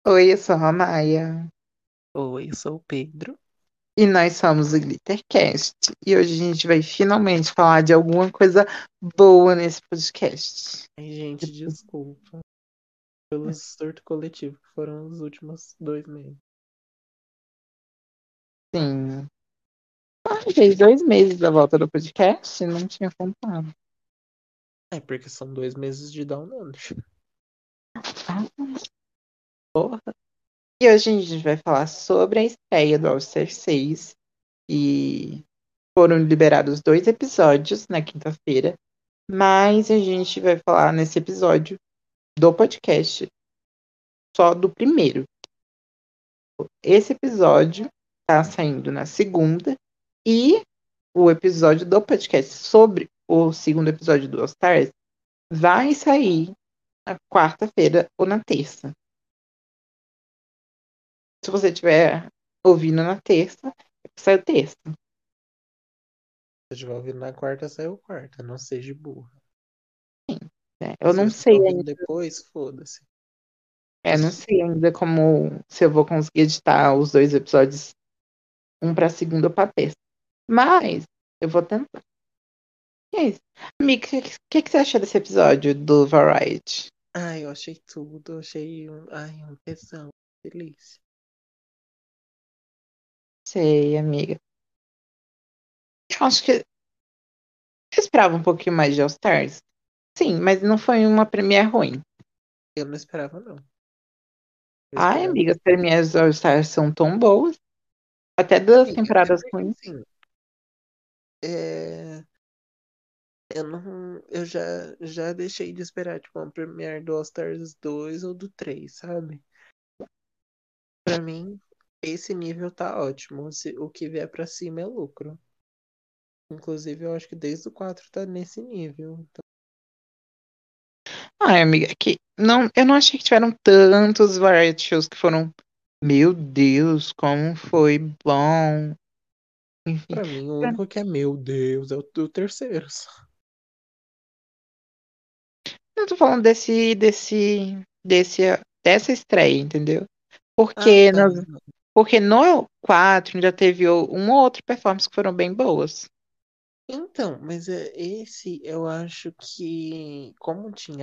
Oi, eu sou a Maia Oi, eu sou o Pedro. e nós somos o Glittercast. E hoje a gente vai finalmente falar de alguma coisa boa nesse podcast. Ai, gente, desculpa pelo surto coletivo que foram os últimos 2 meses. Sim. Fez 2 meses da volta do podcast, não tinha contado. É, porque são 2 meses de Down Under. Ah, porra. E hoje a gente vai falar sobre a estreia do All Star 6. E foram liberados 2 episódios na quinta-feira. Mas a gente vai falar nesse episódio do podcast só do primeiro. Esse episódio tá saindo na segunda e o episódio do podcast sobre o segundo episódio do All Stars vai sair na quarta-feira ou na terça. Se você estiver ouvindo na terça, sai terça. Se estiver ouvindo na quarta, saiu quarta. Não seja burra. Né? E Eu se não você estiver sei ouvindo ainda, depois, foda-se. não sei ainda como se eu vou conseguir editar os 2 episódios, um para segunda ou para terça. Mas eu vou tentar. E é isso. Amiga, o que você achou desse episódio do Variety? Ai, eu achei tudo. Eu achei um tesão. Delícia. Sei, amiga. Eu acho que eu esperava um pouquinho mais de All Stars. Sim, mas não foi uma premiere ruim. Eu não esperava, não. Eu Ai, esperava. amiga, as premieres do All Stars são tão boas. Até das Amiga, é temporadas porque ruins. assim, é... eu não. Eu já deixei de esperar, tipo, uma premiere do All Stars 2 ou do 3, sabe? Pra mim, esse nível tá ótimo. O que vier pra cima é lucro. Inclusive, eu acho que desde o 4 tá nesse nível. Então, Ai, amiga, que não, eu não achei que tiveram tantos variety shows que foram. Meu Deus, como foi bom. Enfim. pra mim, o único que é meu Deus é o terceiro. Eu tô falando dessa estreia, entendeu? Ah, Porque, tá. porque no 4 ainda teve uma ou outra performance que foram bem boas. Então, mas esse eu acho que, como tinha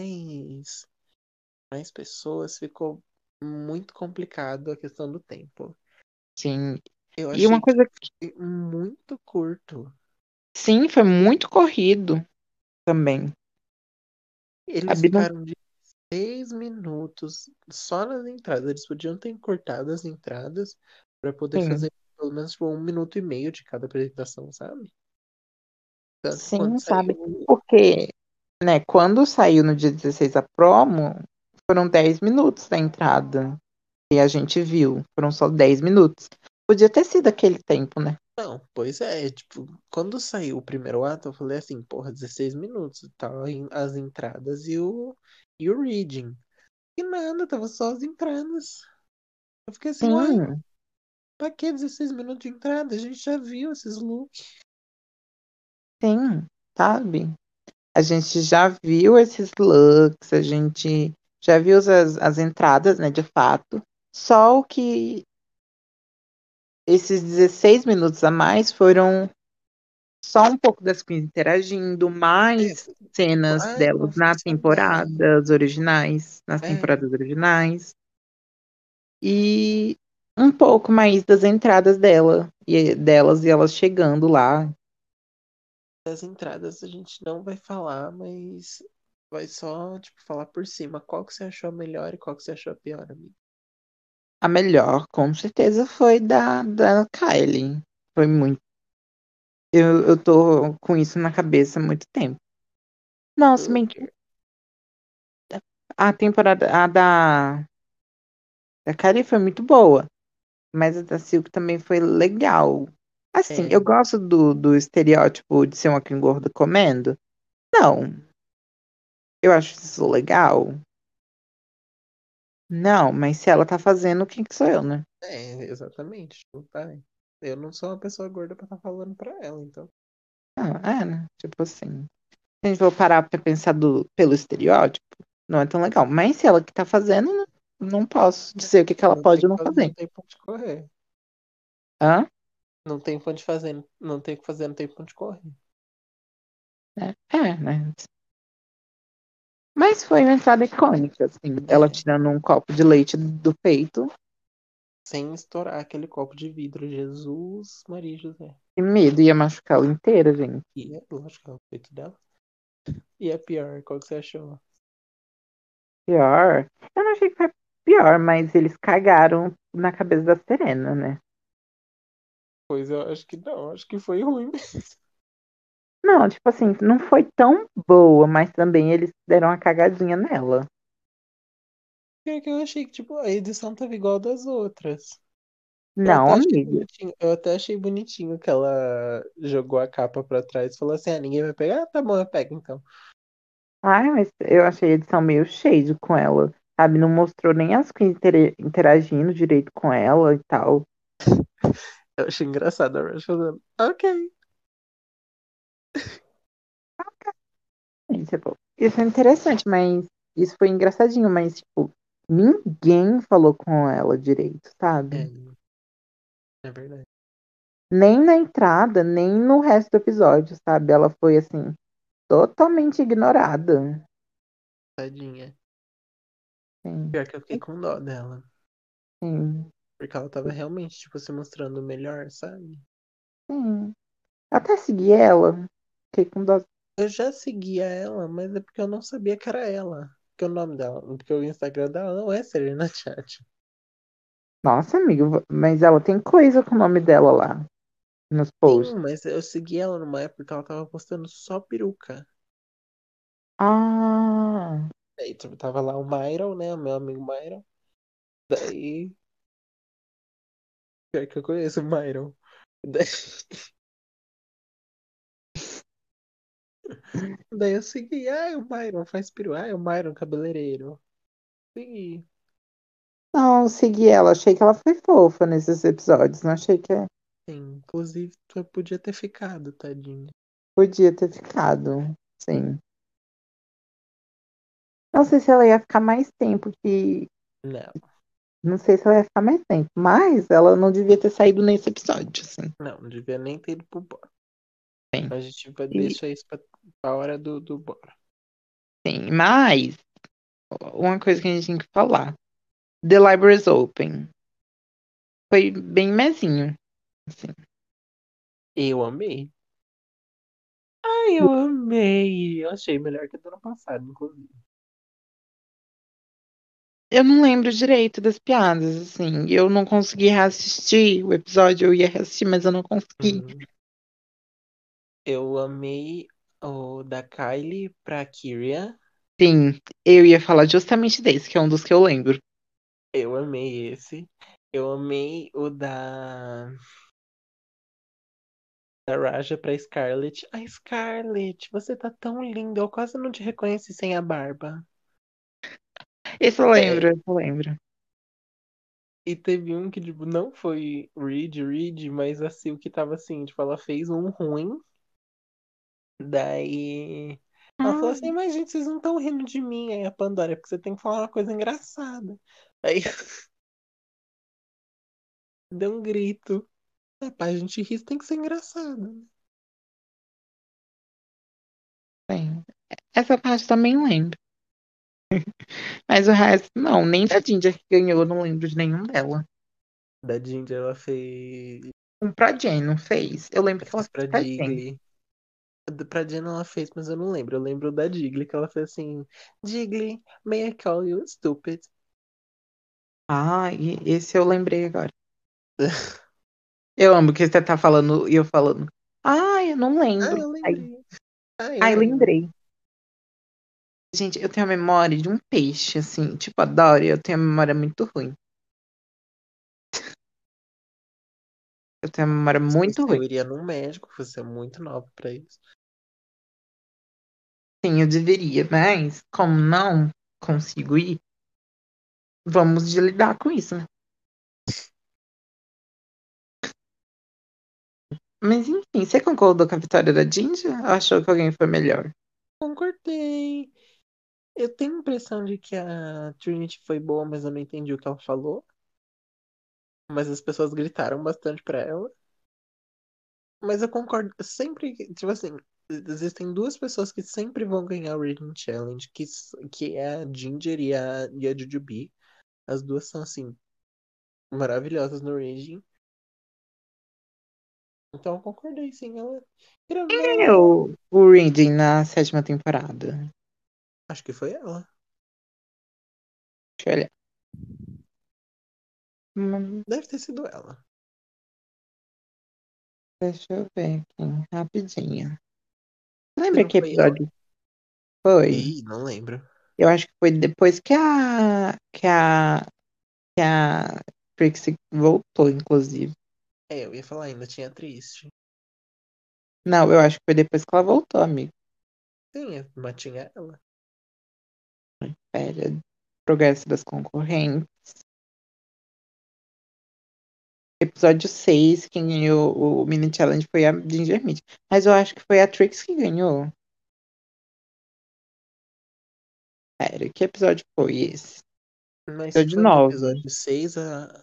mais pessoas, ficou muito complicado a questão do tempo. Sim. Eu E uma achei que coisa que, foi muito curto. sim, foi muito corrido também. A Eles Bino, ficaram de 6 minutos só nas entradas. Eles podiam ter cortado as entradas para poder sim, fazer pelo menos tipo, 1 minuto e meio de cada apresentação, sabe? Tanto que quando sim, sabe? saiu. Porque, né, quando saiu no dia 16 a promo, foram 10 minutos da entrada. E a gente viu, foram só 10 minutos. Podia ter sido aquele tempo, né? Não, pois é, tipo, quando saiu o primeiro ato, eu falei assim, porra, 16 minutos, tava as entradas e o reading. E nada, tava só as entradas. Eu fiquei assim, uai, Sim, pra que 16 minutos de entrada? A gente já viu esses looks. sim, sabe? A gente já viu esses looks, a gente já viu as entradas, né, de fato. Só o que esses 16 minutos a mais foram só um pouco das queens interagindo, É, mais tipo, cenas ai, delas confessionário. nas É, temporadas originais, e um pouco mais das entradas delas e elas chegando lá. as entradas a gente não vai falar, mas vai só, tipo, falar por cima. Qual que você achou a melhor e qual que você achou a pior, amigo? A melhor, com certeza, foi da Kylie. Foi muito. Eu tô com isso na cabeça há muito tempo. Não, se bem que a temporada da Kylie foi muito boa, mas a da Silk também foi legal. Assim, eu É, gosto do estereótipo de ser uma quem gorda comendo. Não, eu acho isso legal. Não, mas se ela tá fazendo, quem que sou eu, né? exatamente. Tipo, tá. Eu não sou uma pessoa gorda pra estar falando pra ela, então. Ah, é, né? Tipo assim. Se a gente for parar pra pensar pelo estereótipo, não é tão legal. Mas se ela que tá fazendo, né? não posso dizer o que que ela Não tem, pode ou não fazer. não tem ponto de correr. Hã? Não tem onde fazer, não tem o que fazer, não tem ponto de correr. Né? Mas foi uma entrada icônica, assim. Ela É, tirando um copo de leite do peito. sem estourar aquele copo de vidro. Jesus, Maria e José. Que medo, ia machucar ela inteira, gente. E é, lógico, é o peito dela. E é pior, qual que você achou? Pior. Eu não achei que foi pior, mas eles cagaram na cabeça da Serena, né? Pois eu acho que não, acho que foi ruim mesmo. Não, tipo assim, não foi tão boa, mas também eles deram uma cagadinha nela. Pior que eu achei que, tipo, a edição tava igual das outras. Não, amiga. Eu até achei bonitinho que ela jogou a capa pra trás e falou assim: ah, ninguém vai pegar? Ah, tá bom, eu pego então. Ai, mas eu achei a edição meio shade com ela, sabe? Não mostrou nem as queens interagindo direito com ela e tal. Eu achei engraçado a Rush falando, ok. Isso é interessante, mas isso foi engraçadinho, mas, tipo, ninguém falou com ela direito, É, sabe? é verdade. Nem na entrada, nem no resto do episódio, sabe? Ela foi, assim, totalmente ignorada. Tadinha. Sim, Pior que eu fiquei com dó dela. sim, Porque ela tava realmente, tipo, se mostrando melhor, sabe? sim. Até segui ela. Fiquei com dó. Eu já seguia ela, mas é porque eu não sabia que era ela. Porque o nome dela, porque o Instagram dela não é Serena Chat. Nossa, amigo, mas ela tem coisa com o nome dela lá nos Sim, posts. mas eu segui ela numa época que ela tava postando só peruca. Ah, Aí tipo, tava lá o Myron, né? O meu amigo Myron. Daí, pior que eu conheço o Myron. Daí, daí eu segui, ah, o Myron faz peru, ah, o Myron cabeleireiro. Segui. não, segui ela. Achei que ela foi fofa nesses episódios. Não achei que Sim, inclusive, tu podia ter ficado, tadinho. podia ter ficado. Sim. Não sei se ela ia ficar mais tempo que. Não, Não sei se ela ia ficar mais tempo, mas ela não devia ter saído nesse episódio, assim. não devia nem ter ido pro bora. Sim. A gente vai E, deixar isso pra hora do bora. sim, mas uma coisa que a gente tem que falar. The Libraries Open. Foi bem mezinho, assim. Eu amei. Ai, eu amei. Eu achei melhor que do ano passado, inclusive. Eu não lembro direito das piadas, assim. Eu não consegui reassistir o episódio. Eu ia reassistir, mas eu não consegui. Hum. Eu amei o da Kylie pra Kyria. Sim, eu ia falar justamente desse, que é um dos que eu lembro. Eu amei esse. Eu amei o da Raja pra Scarlett. Ai, Scarlett, você tá tão linda. Eu quase não te reconheci sem a barba. Esse eu lembro, É, esse eu lembro. e teve um que, tipo, não foi Reed, mas a Sil que tava assim, tipo, ela fez um ruim. Daí ela falou Ah, assim, mas gente, vocês não estão rindo de mim. Aí a Pandora, porque você tem que falar uma coisa engraçada. Aí deu um grito. É, pra gente rir, tem que ser engraçado. sim. Essa parte também lembro. Mas o resto, não. Nem da Ginger que ganhou, eu não lembro de nenhum dela. Da Ginger, ela fez. Um pra Jen, não fez? Eu lembro Ela que ela fez fez pra pra Jen. Digley. Pra Jen ela fez, mas eu não lembro. Eu lembro da Digley, que ela fez assim: Digley, may I call you stupid? Ah, e esse eu lembrei agora. Eu amo que você tá falando e eu falando. Ah, eu não Ah, lembro. eu Ai, lembrei. Ah, eu ai, lembro. lembrei. Gente, eu tenho a memória de um peixe, assim, tipo a Dory, eu tenho a memória muito ruim. Eu tenho a memória Se muito fosse ruim. eu iria num médico, você é muito nova pra isso. Sim, eu deveria, mas como não consigo ir, vamos de lidar com isso, né? Mas enfim, você concordou com a vitória da Ginger? Ou achou que alguém foi melhor? Concordei. Eu tenho a impressão de que a Trinity foi boa, mas eu não entendi o que ela falou. Mas as pessoas gritaram bastante pra ela. Mas eu concordo, sempre, tipo assim, existem duas pessoas que sempre vão ganhar o Reading Challenge, que é a Ginger e a Jujubee. As duas são, assim, maravilhosas no Reading. Então eu concordei, sim. Ela, querendo ou não, É o Reading na sétima temporada. acho que foi ela. Deixa eu olhar. Deve ter sido ela. Deixa eu ver aqui, rapidinho. Se Lembra não que foi ela. episódio foi? Ih, não lembro. Eu acho que foi depois que a Trixie voltou, inclusive. É, eu ia falar ainda, tinha triste. Não, eu acho que foi depois que ela voltou, amigo. Sim, mas tinha ela. Pera, progresso das concorrentes. Episódio 6, quem ganhou o Mini Challenge foi a Ginger Minj. Mas eu acho que foi a Trix que ganhou. Pera, que episódio foi esse? Mas se Episódio foi no 9. episódio 6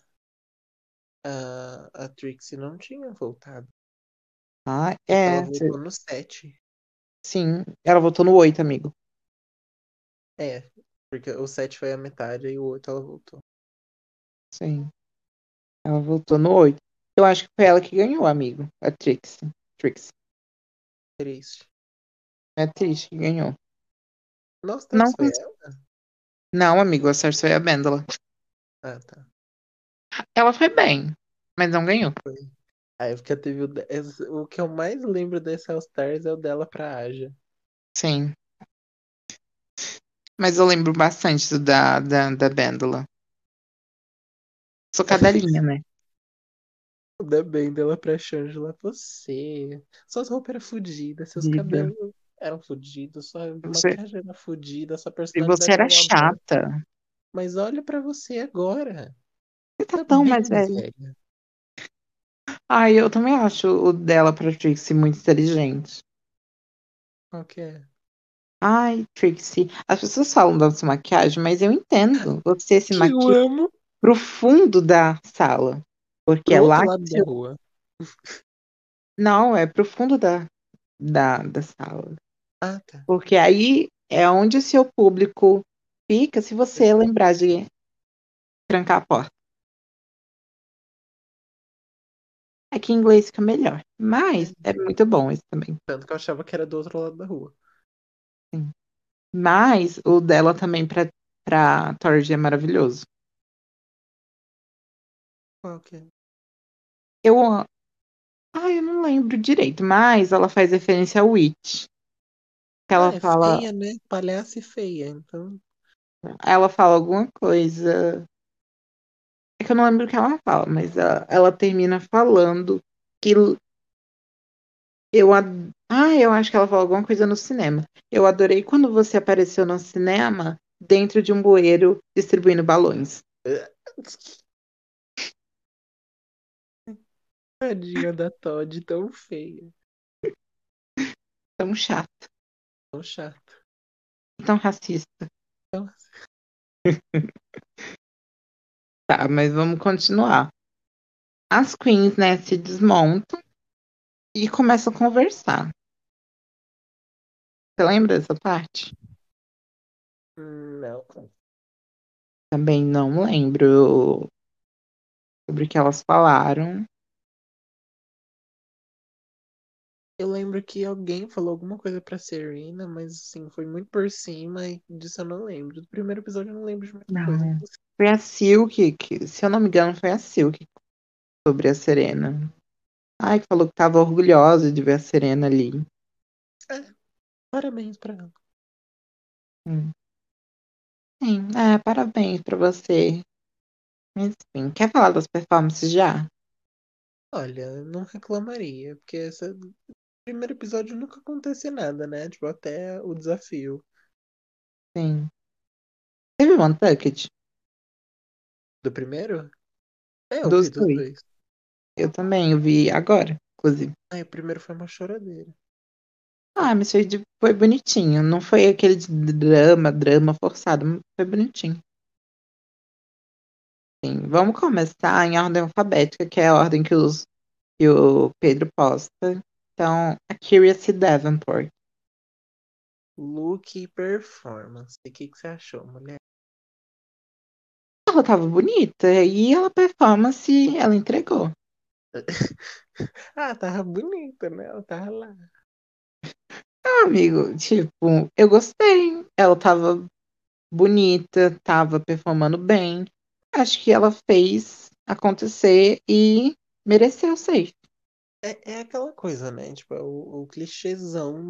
a Trixie não tinha voltado. Ah, Porque ela é. voltou no 7. Sim, ela voltou no 8, amigo. É, porque o 7 foi a metade e o 8 ela voltou. Sim, ela voltou no 8. Eu acho que foi ela que ganhou, amigo. A Trixie. Trixie. Triste. É a Trixie que ganhou. Nossa, Não, Tars foi ela? não, amigo, a Cersei Amêndola. Ah, tá. Ela foi bem, mas não ganhou. Foi. Aí porque teve o que eu mais lembro desse All Stars é o dela pra Aja. Sim, mas eu lembro bastante da Bêndola. Sou cadelinha, né? O da bem dela pra Shangela. Você. Suas roupas eram fodidas, seus Vida. cabelos eram fodidos, sua Você, maquiagem era fodida, sua e você personalidade era era uma bosta. chata. Mas olha pra você agora. Você tá Tá tão bem mais mais velha. velha. Ai, eu também acho o dela pra Trixie muito inteligente. Qual que é? Ai, Trixie. As pessoas falam da sua maquiagem, mas eu entendo. Você se Que eu maquia amo. pro fundo da sala. Porque é Pro lá outro que lado da seu... rua. Não, é pro fundo da sala. Ah, tá. Porque aí é onde o seu público fica se você lembrar de trancar a porta. É que em inglês fica melhor. Mas É. é muito bom esse também. Tanto que eu achava que era do outro lado da rua. Sim. Mas o dela também pra Torge é maravilhoso. Qual que é? Eu, eu não lembro direito, mas ela faz referência ao Witch. Ah, Ela é fala, feia, né? Palhaça e feia. Então, ela fala alguma coisa. É que eu não lembro o que ela fala, mas ela termina falando que eu acho que ela fala alguma coisa no cinema. Eu adorei quando você apareceu no cinema dentro de um bueiro distribuindo balões. tadinha da Todd, tão feia. Tão chato, Tão chato. tão racista. Tão... Tá, mas vamos continuar. As queens, né, se desmontam e começam a conversar. Você lembra dessa parte? Não. Também não lembro sobre o que elas falaram. Eu lembro que alguém falou alguma coisa pra Serena, mas assim, foi muito por cima e disso eu não lembro. Do primeiro episódio eu não lembro de muita coisa. Não. Foi a Silk, que, se eu não me engano, foi a Silk sobre a Serena. Ai, que falou que tava orgulhosa de ver a Serena ali. É, parabéns pra ela. Hum. Sim, parabéns pra você. Mas, enfim, quer falar das performances já? Olha, eu não reclamaria, porque esse primeiro episódio nunca acontece nada, né? Tipo, até o desafio. Sim. Teve o Untucked? Do primeiro? É, eu vi Dos dos dois. dois. Eu também, eu vi agora, inclusive. Ah, o primeiro foi uma choradeira. Ah, mas foi bonitinho. Não foi aquele de drama forçado. Foi bonitinho. Sim, vamos começar em ordem alfabética, que é a ordem que o Pedro posta. Então, a Curious Davenport. Look e performance. O que você achou, mulher? Ela tava bonita e ela performance, ela entregou. Ah, tava bonita, né? Ela tava lá. Meu amigo, tipo, eu gostei. Ela tava bonita, tava performando bem. Acho que ela fez acontecer e mereceu ser. É aquela coisa, né? Tipo, é o clichêzão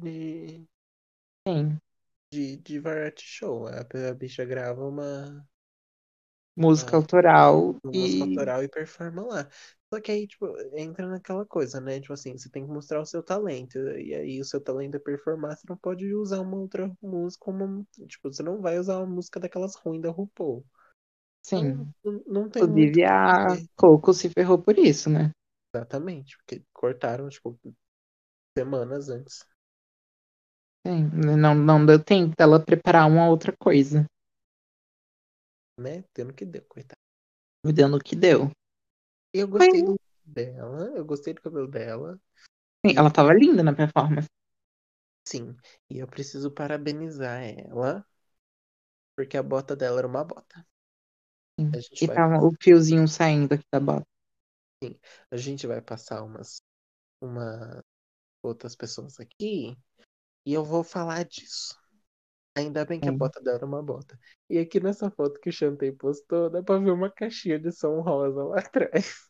Sim, de variety show. A bicha grava música uma, autoral uma música e autoral e performa lá. Só que aí, tipo, entra naquela coisa, né? Tipo assim, você tem que mostrar o seu talento. E aí o seu talento é performar, você não pode usar uma outra música, tipo, você não vai usar uma música daquelas ruins da RuPaul. Então, sim. não tem muito Inclusive o que a dizer. Coco se ferrou por isso, né? Exatamente, porque cortaram, tipo, semanas antes, Sim, não deu tempo dela preparar uma outra coisa. né? Tendo que deu, coitado. Me dando o que deu. E eu Foi, gostei do look dela, eu gostei do cabelo dela. sim, E ela tava linda na performance. sim, e eu preciso parabenizar ela, porque a bota dela era uma bota. A Sim. gente E vai tava passar, o fiozinho saindo aqui da bota. sim, a gente vai passar uma outras pessoas aqui e eu vou falar disso. Ainda bem que a Sim. bota dela era uma bota. E aqui nessa foto que o Chantei postou, dá pra ver uma caixinha de som rosa lá atrás.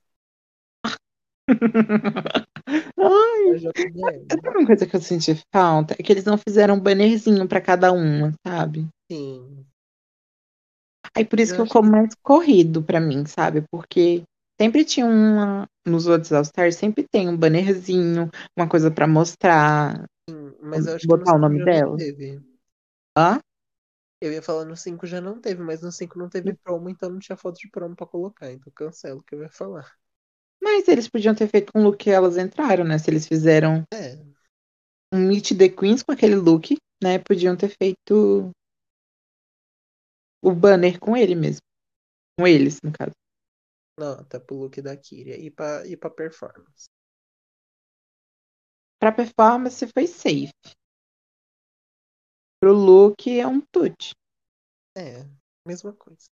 Ai, A JBL. sabe uma coisa que eu senti falta? É que eles não fizeram um bannerzinho pra cada uma, sabe? Sim, Aí por mas isso eu que acho ficou que mais corrido pra mim, sabe? Porque sempre tinha uma. Nos outros All Stars sempre tem um bannerzinho, uma coisa pra mostrar, sim, mas eu acho que no botar o 5 nome já não dela. teve. Hã? Eu ia falar no 5 já não teve, mas no 5 não teve promo, então não tinha foto de promo pra colocar. Então cancelo o que eu ia falar. Mas eles podiam ter feito com o look que elas entraram, né? Se eles fizeram É, um Meet the Queens com aquele look, né? Podiam ter feito o banner com ele mesmo. Com eles, no caso. não, tá pro look da Kyria e pra performance. Pra performance foi safe. Pro look é um tute. É, mesma coisa.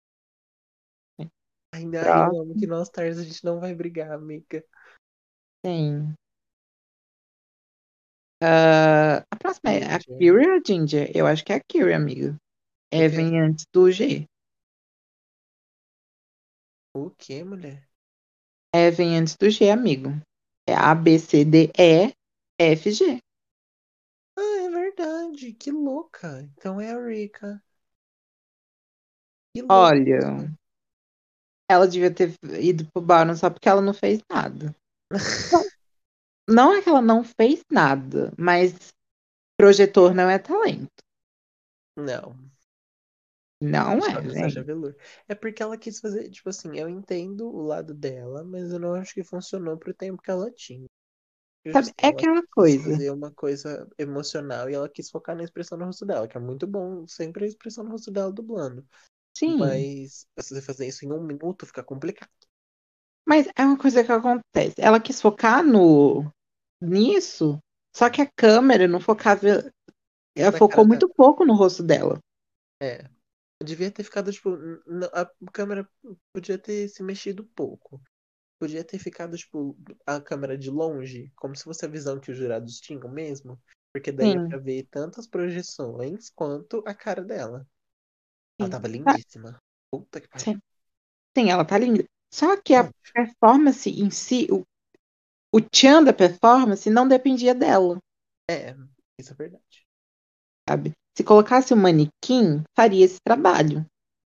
Ainda eu amo que Próximo. no All Stars a gente não vai brigar, amiga. Tem. A próxima é a Ginger. Kyria ou a Ginger? Eu acho que é a Kyria, amigo. O quê? Vem antes do G. O quê, mulher? Vem antes do G, amigo. É A, B, C, D, E, F, G. Ah, é verdade. Que louca. Então é a Rika. Que louca. Olha, ela devia ter ido pro Baron só porque ela não fez nada. Não, não é que ela não fez nada, mas projetor não é talento. Não. Não é, A Sasha gente. Velour. É porque ela quis fazer, tipo assim, eu entendo o lado dela, mas eu não acho que funcionou pro tempo que ela tinha. Tipo Sabe, assim, é ela aquela quis coisa. fazer uma coisa emocional e ela quis focar na expressão no rosto dela, que é muito bom sempre a expressão no rosto dela dublando. Sim, Mas se você fazer isso em 1 minuto, fica complicado. mas é uma coisa que acontece. Ela quis focar no nisso, só que a câmera não focava. Ela Na focou cara dela. muito pouco no rosto dela. É. Devia ter ficado, tipo, a câmera podia ter se mexido pouco. Podia ter ficado, tipo, a câmera de longe, como se fosse a visão que os jurados tinham mesmo. Porque daí é Sim, pra ver tanto as projeções quanto a cara dela. Ela sim. tava Ah, lindíssima. Puta que pariu. sim, sim, ela tá linda. Só que a Óbvio. performance em si, o tchan da performance não dependia dela, É, isso é verdade. sabe? Se colocasse um manequim, faria esse trabalho,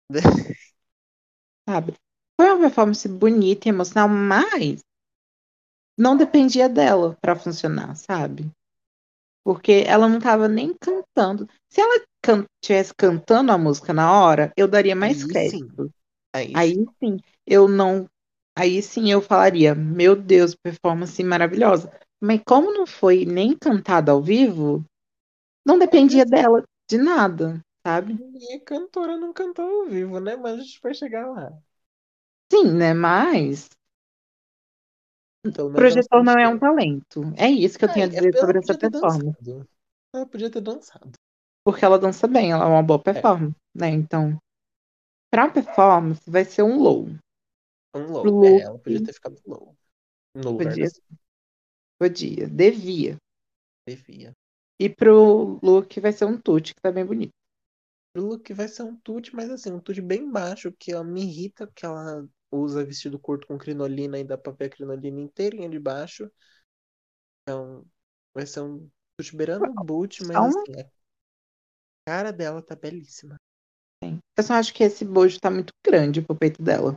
sabe? Foi uma performance bonita e emocional, mas não dependia dela pra funcionar, sabe? Porque ela não tava nem cantando. Se ela tivesse cantando a música na hora, eu daria mais Aí sim. crédito. Aí Aí sim. sim, eu não. Aí sim eu falaria, meu Deus, performance maravilhosa. Mas como não foi nem cantada ao vivo, não É, dependia mas dela de nada, sabe? e a cantora não cantou ao vivo, né? Mas a gente vai chegar lá. Sim, né? Mas Pelo o menos ela se projetor não é um mexeu. talento. É isso que eu tenho Ai, a dizer ela sobre essa podia ter performance. dançado. Ela podia ter dançado. Porque ela dança bem, ela é uma boa É, performance, né? Então, pra performance, vai ser um low. um Pro low. É, look, ela podia ter ficado low. No lugar da podia, podia, devia. Devia. E pro look vai ser um tute, que tá bem bonito. O look vai ser um tude, mas assim, um tude bem baixo, que ela me irrita, porque ela usa vestido curto com crinolina e dá pra ver a crinolina inteirinha de baixo. Então, vai ser um tude beirando boot, mas Só uma assim, a cara dela tá belíssima. tem. Eu só acho que esse bojo tá muito grande pro peito dela.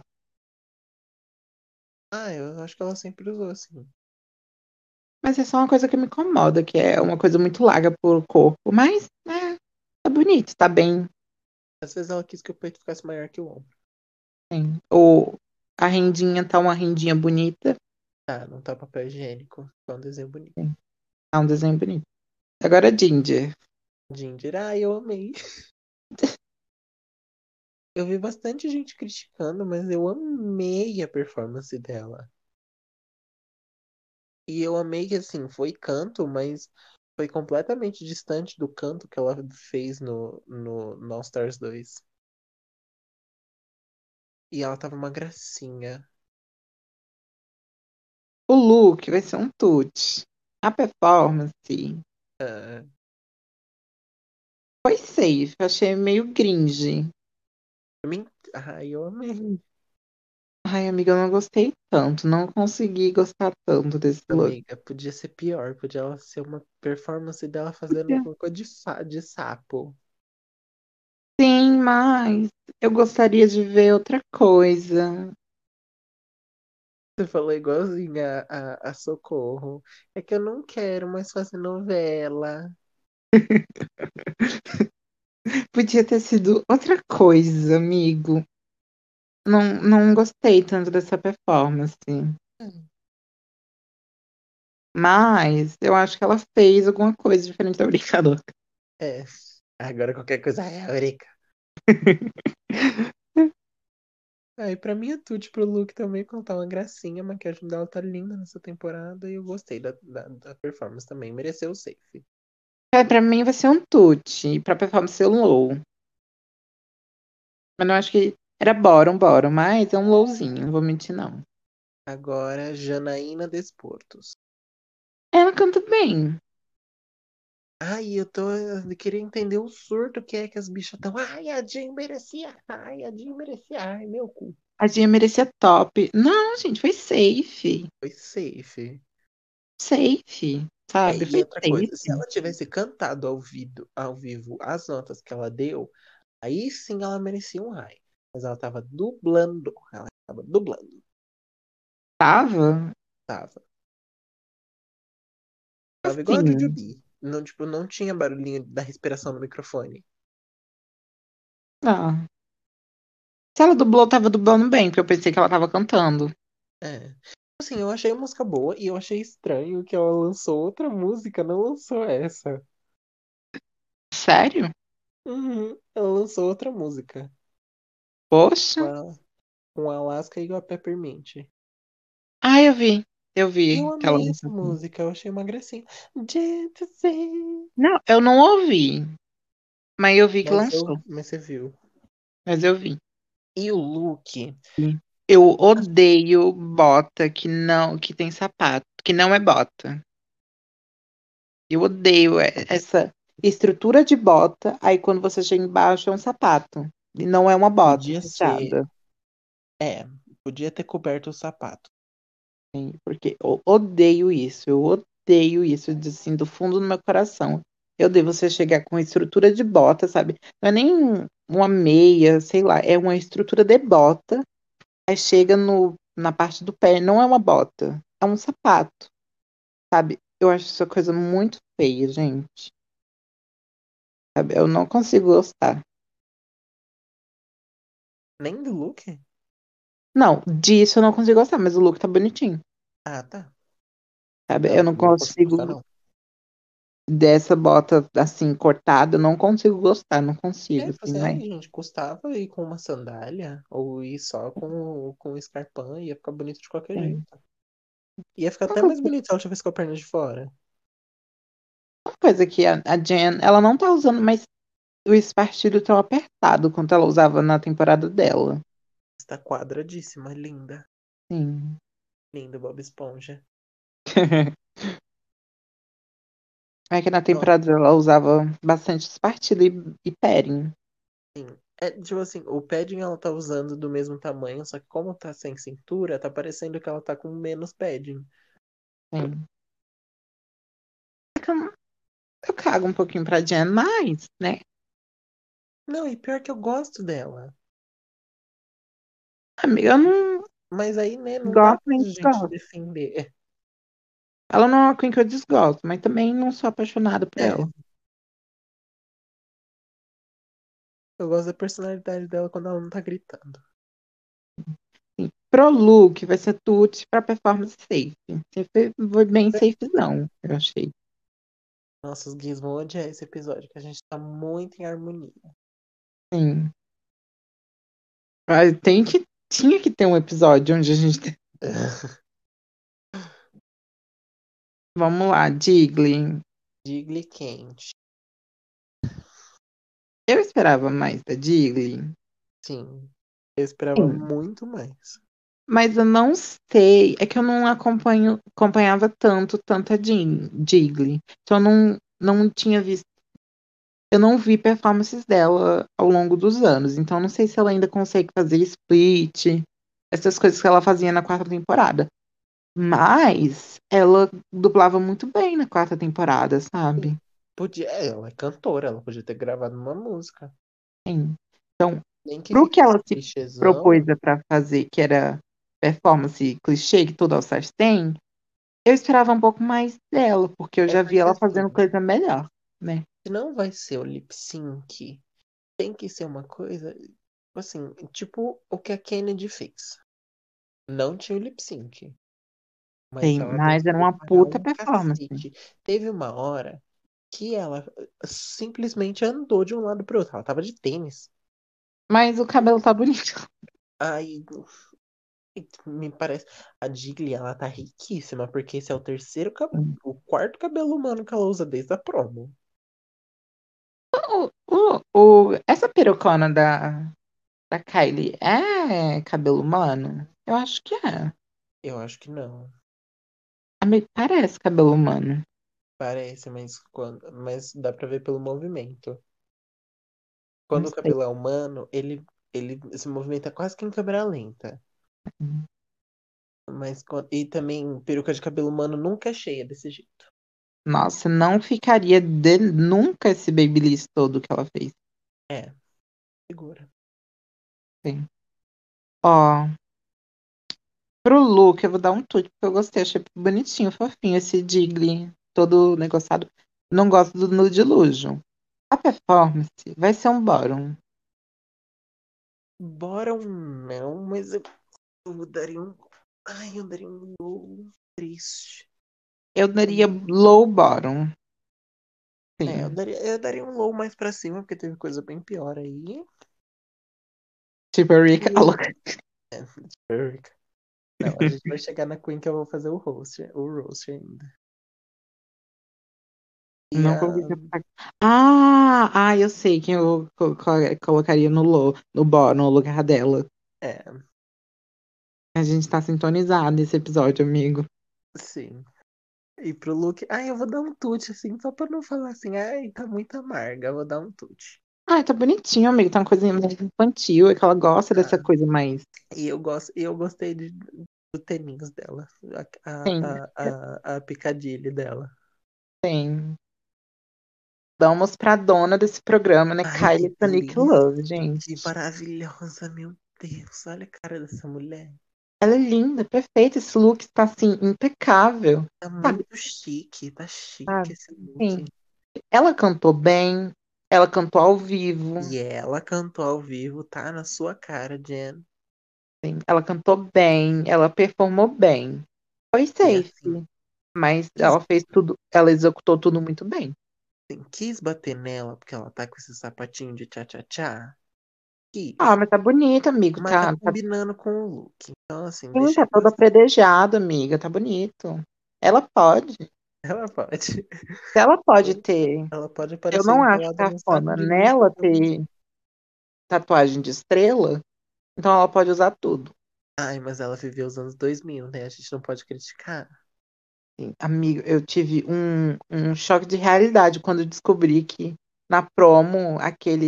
Ah, eu acho que ela sempre usou assim. Mas é só uma coisa que me incomoda, que é uma coisa muito larga pro corpo. Mas, tá bonito, tá bem. Às vezes ela quis que o peito ficasse maior que o ombro. Sim. Ou a rendinha tá uma rendinha bonita. Ah, não tá papel higiênico. Tá um desenho bonito. Sim, tá um desenho bonito. Agora Ginger. Ginger, ah, eu amei. Eu vi bastante gente criticando, mas eu amei a performance dela. E eu amei que, assim, foi canto, mas foi completamente distante do canto que ela fez no All Stars 2. E ela tava uma gracinha. O look vai ser um tute. A performance Ah, foi safe. Achei meio cringe. pra mim, ai, eu amei. Ai, amiga, eu não gostei tanto. Não consegui gostar tanto desse look. Amiga, podia ser pior. Podia ela ser uma performance dela fazendo cocô de sapo. Sim, mas eu gostaria de ver outra coisa. Você falou igualzinho a Socorro. É que eu não quero mais fazer novela. Podia ter sido outra coisa, amigo. Não gostei tanto dessa performance. Mas eu acho que ela fez alguma coisa diferente da brincadeira. É. Agora qualquer coisa é Eurica. Aí pra mim é tudo pro look também, contar uma gracinha. A maquiagem dela tá linda nessa temporada e eu gostei da performance também. Mereceu o safe. É, pra mim vai ser um tute. Pra performance ser um low. Mas não acho que era bottom, mas é um lowzinho, não vou mentir, não. Agora, Janaína Desportos. Ela canta bem. Ai, eu queria entender o surto que é que as bichas estão. Ai, a Jean merecia. Ai, a Jean merecia. Ai, meu cu. A Dinha merecia top. Não, gente, foi safe. Foi safe. Safe, É, sabe? e Foi outra coisa, se safe. ela tivesse cantado ao vivo as notas que ela deu, aí sim ela merecia um raio. Mas ela tava dublando. Ela tava dublando. Tava? Tava. Tava igual a Assim. Jujubee. Não, tipo, não tinha barulhinho da respiração no microfone. Ah. Se ela dublou, tava dublando bem, porque eu pensei que ela tava cantando. É. Assim, eu achei a música boa e eu achei estranho que ela lançou outra música, não lançou essa. Sério? Uhum. Ela lançou outra música. Com Poxa. a, com a Alaska e a Peppermint. Ah, eu vi. Eu E eu vi que ela amei essa lançou. música, eu achei uma gracinha. Gente, sim. Não, eu não ouvi. Mas eu vi que Mas lançou. você viu. Mas eu vi. E o look? Eu odeio bota que não, que tem sapato, que não é bota. Eu odeio essa estrutura de bota, aí quando você chega embaixo é um sapato. E não é uma bota Podia ser. fechada. É, podia ter coberto o sapato. Porque eu odeio isso. Eu odeio isso, assim, do fundo do meu coração. Eu odeio você chegar com estrutura de bota, sabe? Não é nem uma meia, sei lá, é uma estrutura de bota. Aí chega no, na parte do pé, não é uma bota, é um sapato, sabe? Eu acho essa coisa muito feia, gente. Sabe? Eu não consigo gostar. Nem do look? Não, disso eu não consigo gostar, mas o look tá bonitinho. Ah, tá. sabe? Eu Não, não não consigo gostar, consigo não. dessa bota assim, cortada, eu não consigo gostar, não É, consigo, tipo assim, assim, não ai, é? gente, custava ir com uma sandália ou ir só com o escarpão, ia ficar bonito de qualquer jeito. Sim. Ia ficar Uma até mais coisa, bonito se ela tivesse com a perna de fora. uma coisa que a Jen, ela não tá usando mais o espartilho tão apertado quanto ela usava na temporada dela. Está quadradíssima, linda. Sim. Linda, Bob Esponja. É que na Nossa, temporada dela ela usava bastante espartilho e padding. sim. É, tipo assim, o padding ela tá usando do mesmo tamanho, só que como tá sem cintura, tá parecendo que ela tá com menos padding. Sim. É que eu cago um pouquinho pra Jen, mas, né? Não, e pior que eu gosto dela. Amiga, eu não Mas aí, né, não dá gosto pra nem gente desgosto. defender. Ela não é uma Queen que eu desgosto, mas também não sou apaixonada por É, ela. eu gosto da personalidade dela quando ela não tá gritando. Sim. Pro look vai ser tudo pra performance safe. Sempre foi bem safe, não, eu achei. Nossa, os gays vão odiar esse episódio, que a gente tá muito em harmonia. Sim. Mas tinha que ter um episódio onde a gente. Vamos lá, Digley. Digley quente. Eu esperava mais da Digley. Sim, eu esperava Sim. muito mais. Mas eu não sei. É que eu não acompanhava tanta Digley. Então eu não tinha visto. Eu não vi performances dela ao longo dos anos. Então eu não sei se ela ainda consegue fazer split. Essas coisas que ela fazia na quarta temporada. Mas ela dublava muito bem na quarta temporada, Sim. sabe? Podia, ela é cantora, ela podia ter gravado uma música. Sim. Então, Nem que pro que ficasse ela se propôs clichêzão. pra fazer, que era performance clichê que todo All-Stars tem, eu esperava um pouco mais dela, porque eu É já vi porque ela assim, fazendo coisa melhor, né? se não vai ser o lip sync, tem que ser uma coisa, assim, tipo o que a Kennedy fez. Não tinha o lip sync, mas Sim, ela mas era conseguiu uma pagar puta um performance. cacete. Teve uma hora que ela simplesmente andou de um lado pro outro. Ela tava de tênis. Mas o cabelo tá bonito. Aí me parece. A Jiggly, ela tá riquíssima, porque esse é o terceiro, o quarto cabelo humano que ela usa desde a promo. Essa perucona da Kylie é cabelo humano? Eu acho que é. Eu acho que não. Parece cabelo humano. Parece, mas dá pra ver pelo movimento. Não Quando o sei. cabelo é humano, ele se movimenta quase que em câmera lenta. E também, peruca de cabelo humano nunca é cheia desse jeito. Nossa, não ficaria nunca esse babyliss todo que ela fez. É, segura. Sim. Ó, pro look eu vou dar um tute, porque eu gostei, achei bonitinho, fofinho esse Digley, todo negociado. Não gosto do nude luxo. A performance vai ser um bottom. Bora um não, mas eu daria um. Ai, eu daria um low triste. Eu daria Aí, low bottom, eu sim. daria um low mais pra cima, porque teve coisa bem pior aí. Tipo, a Rika, a E. louca. É, Eric. Não, a gente vai chegar na Queen que eu vou fazer o roast ainda. E Não a. consigo. Eu sei quem eu colocaria no low, no bottom, no lugar dela. É, A gente tá sintonizado nesse episódio, amigo. sim. E pro look. Ai, eu vou dar um tute, assim, só pra não falar assim, ai, tá muito amarga, eu vou dar um tute. Tá bonitinho, amigo. Tá uma coisinha mais infantil, é que ela gosta dessa Tá. coisa mais. E eu gostei do tênis dela. Sim, A picadilha dela. sim. Vamos pra dona desse programa, né? Ai, que Kylie Sonic delícia. Love, Que gente. maravilhosa, meu Deus. Olha a cara dessa mulher. Ela é linda, perfeita. Esse look está assim, impecável. Tá Sabe? muito chique. Tá chique Sabe? esse Sim. look. Ela cantou bem, ela cantou ao vivo. E ela cantou ao vivo, tá na sua cara, Jen. Sim. Ela cantou bem, ela performou bem. Foi E assim, safe. Mas Quis, ela fez tudo, ela executou tudo muito bem. quis bater nela porque ela tá com esse sapatinho de tchá-tchá-tchá. Ah, Quis. mas tá bonito, amigo. Mas tá Tá, combinando com o look. Então, assim, sim, deixa tá eu toda passar. predejada, amiga. Tá bonito. Ela pode. Ela pode. Ela pode ter. Ela pode Eu aparecer não acho enrolada num saco cafona de lixo. nela ter tatuagem de estrela, então ela pode usar tudo. Ai, mas ela viveu os anos 2000, né? A gente não pode criticar. Sim, amigo, eu tive um choque de realidade quando eu descobri que na promo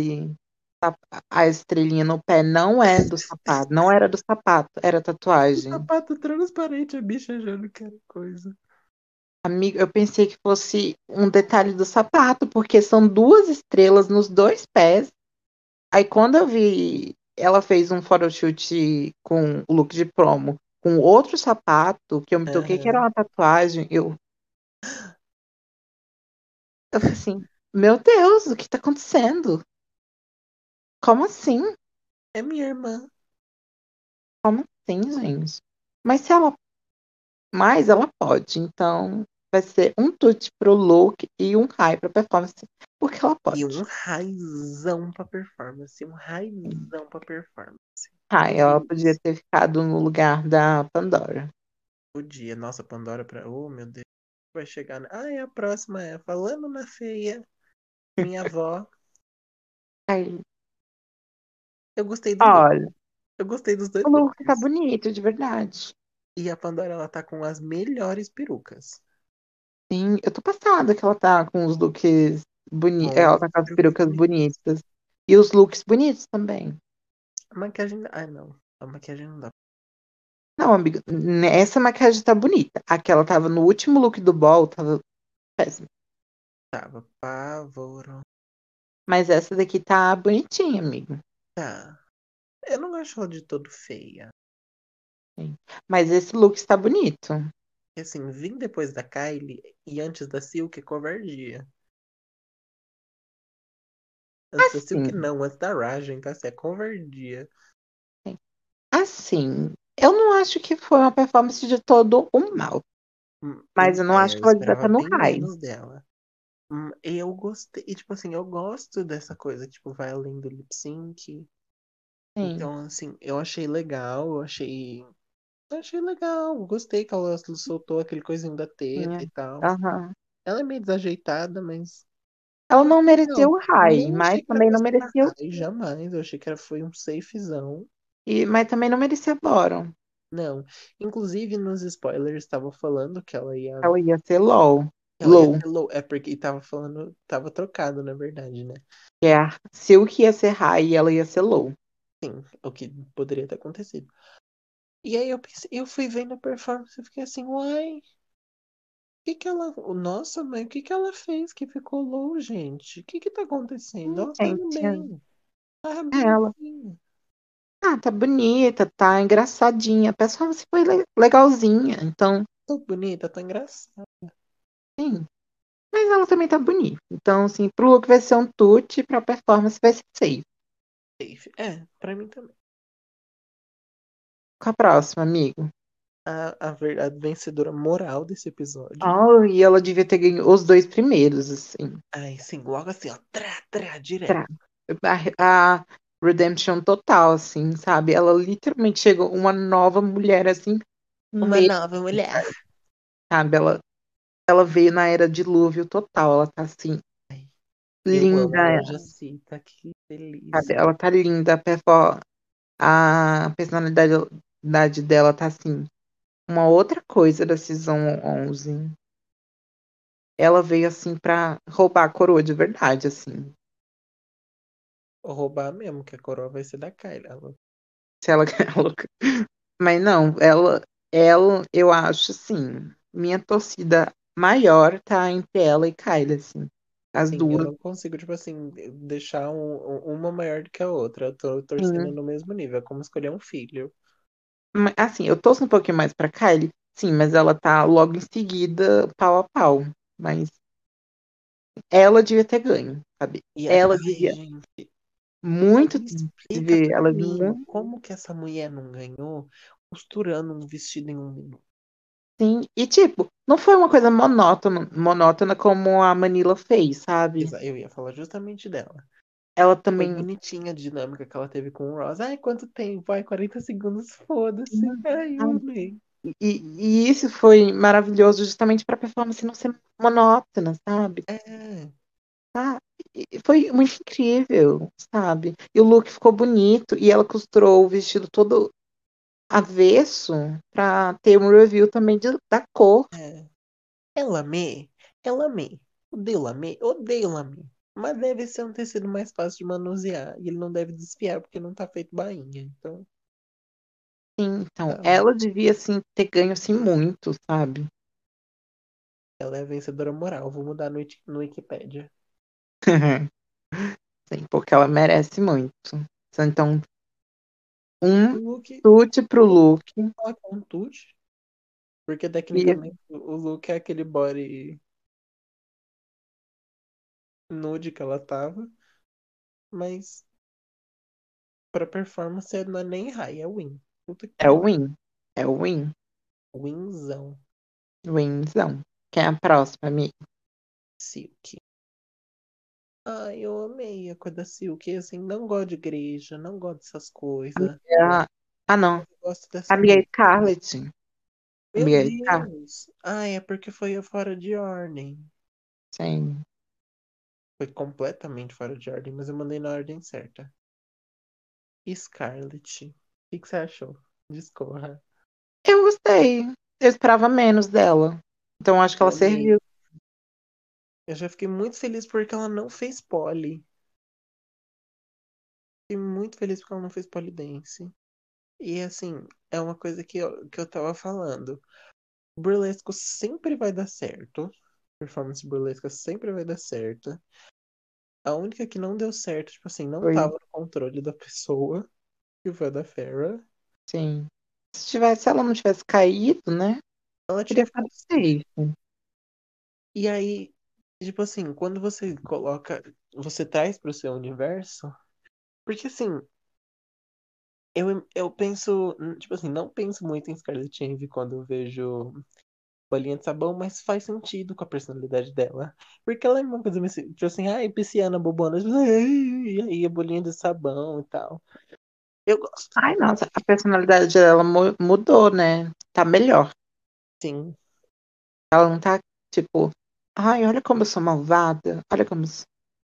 a estrelinha no pé não é do sapato, não era do sapato, era O tatuagem. sapato transparente, a bicha achando que era coisa. Amigo, eu pensei que fosse um detalhe do sapato, porque são duas estrelas nos dois pés. Aí quando eu vi, ela fez um photoshoot com o look de promo, com outro sapato, que eu me toquei que era Aham. uma tatuagem, eu falei assim, meu Deus, o que tá acontecendo? Como assim? É minha irmã. Como assim, gente? Mas se ela, mas ela pode, então vai ser um tute pro look e um high pra performance, porque ela E um pode. raizão pra performance. Um raizão pra performance. High, ela Podia podia isso. ter ficado no lugar da Pandora. Podia. Nossa, Pandora pra. Oh, meu Deus. Vai chegar. Ai, a próxima é Falando na Feia. Minha avó. Aí, Eu gostei dos dois. olha, Eu gostei dos dois o look tá looks. bonito, de verdade. E a Pandora, ela tá com as melhores perucas. Sim, eu tô passada que ela tá com os looks bonitos. Com Ela as tá com as perucas perucas bonitas. bonitas. E os looks bonitos também. A maquiagem. Ai, não. A maquiagem não dá. Não, amiga, essa maquiagem tá bonita. Aquela tava no último look do ball, tava péssima. Tava pavoro. Mas essa daqui tá bonitinha, amigo. Tá. Eu não acho ela de todo feia. Sim. Mas esse look está bonito. E assim, vim depois da Kylie e antes da Silk é covardia. Antes da Silk Assim, não, antes da Rajen, tá? Assim, é covardia. assim, eu não acho que foi uma performance de todo um mal. Mas eu não acho Eu que ela devia esperava estar no bem high. menos dela. Eu gostei, e, tipo assim, eu gosto dessa coisa, tipo, vai além do lip sync. Sim, Então, assim, eu achei legal, eu achei legal, gostei que ela soltou aquele coisinho da teta e tinha. tal. Aham. Ela é meio desajeitada, mas Ela eu não achei mereceu legal. o high, Não mas achei que era também pra não ser na mereceu. high, jamais. Eu achei que foi um safezão. Mas também não merecia bottom. Não. Inclusive, nos spoilers, estavam falando que ela ia. Ela ia ser low. Ela ia Low. ser low. É porque tava falando. Tava trocado, na verdade, né? Que é a Silk ia ser high e ela ia ser low. Sim, o que poderia ter acontecido. E aí eu pensei, eu fui vendo a performance e fiquei assim, uai, o que que ela. Nossa, mãe, o que que ela fez que ficou low, gente? O que que tá acontecendo? Ela tá indo Gente, bem. Tá ela. bonitinha. Ah, tá bonita, tá engraçadinha. A performance foi legalzinha. Então, Tô bonita, tô engraçada. sim. Mas ela também tá bonita. Então, assim, pro look vai ser um tute, pra performance vai ser safe. Safe. É, pra mim também. Com a próxima, amigo. A vencedora moral desse episódio. Oh, e ela devia ter ganho os dois primeiros, assim. Ai, sim, logo assim, ó. Trá, direto. Pra, a redemption total, assim, sabe? Ela literalmente chegou uma nova mulher, assim, Uma mesmo, nova mulher. sabe? Ela veio na era dilúvio total. Ela tá, assim, Ai, eu amo a linda, loja Cita, que sabe? delícia. Ela tá linda. A personalidade dela tá, assim, uma outra coisa da Season 11. Ela veio, assim, pra roubar a coroa de verdade, assim. Vou roubar mesmo, que a coroa vai ser da Kylie. Se ela, ela Mas não, eu acho assim, minha torcida maior tá entre ela e Kylie, assim. As Sim, eu duas, não consigo, tipo assim, deixar uma maior do que a outra. Eu tô torcendo sim. no mesmo nível. É como escolher um filho. Assim, eu torço um pouquinho mais pra Kylie, sim, mas ela tá logo em seguida, pau a pau. Mas ela devia ter ganho, sabe? Ela Ai, devia gente, muito alguém explica ver, pra ela mim muito. como que essa mulher não ganhou costurando um vestido em 1 minuto. Sim, e tipo, não foi uma coisa monótona como a Manila fez, sabe? Eu ia falar justamente dela. Ela Foi também. bonitinha a dinâmica que ela teve com o Ross. Ai, quanto tempo? Ai, 40 segundos, foda-se. Ai, eu amei. E isso foi maravilhoso justamente para a performance não ser monótona, sabe? É, Ah, e foi muito incrível, sabe? E o look ficou bonito e ela costurou o vestido todo avesso para ter um review também da cor. é. Ela amei. Ela amei. Odeio Lamé. Odeio Lamé. Mas deve ser um tecido mais fácil de manusear. E ele não deve desfiar porque não tá feito bainha. Então, Sim, então, tá bom. ela devia assim ter ganho assim muito, sabe? Ela é vencedora moral. Vou mudar no Wikipedia. Sim, porque ela merece muito. Então, um O look. chute pro Eu look vou falar que é um tude. Porque e tecnicamente o look é aquele body nude que ela tava. Mas pra performance não é nem high, é win. Puta que é o pariu. win. É o win. Winzão. Winzão. Quem é a próxima, amiga? Silk. Ai, eu amei a cor da Silk. Assim, não gosto de igreja, não gosto dessas coisas. Ah, não. Eu gosto dessa Amiga cor. é Scarlett. Meu Amiga é Scarlett. Deus! Ai, é porque foi fora de ordem. Sim. Foi completamente fora de ordem, mas eu mandei na ordem certa. Scarlett. O que você achou? Discorra. Eu gostei. Eu esperava menos dela. Então acho que Eu ela amei. serviu. Eu já fiquei muito feliz porque ela não fez pole. Fiquei muito feliz porque ela não fez polidense. E assim, é uma coisa que eu tava falando. Burlesco sempre vai dar certo. Performance burlesca sempre vai dar certo. A única que não deu certo, tipo assim, não Foi, tava no controle da pessoa, que foi a da Farrah. sim. Se ela não tivesse caído, né? Ela tinha Teria ficado ficado safe. safe. E aí, tipo assim, quando você coloca, você traz pro seu universo, porque assim, eu penso, tipo assim, não penso muito em Scarlett Envy quando eu vejo bolinha de sabão, mas faz sentido com a personalidade dela. Porque ela é uma coisa meio assim, tipo assim, ai, pisciana bobona, tipo, "Ai", e aí a bolinha de sabão e tal. Eu gosto. Ai, nossa, a personalidade dela mudou, né? Tá melhor. Sim. Ela não tá, tipo, ai, olha como eu sou malvada. Olha como eu sou.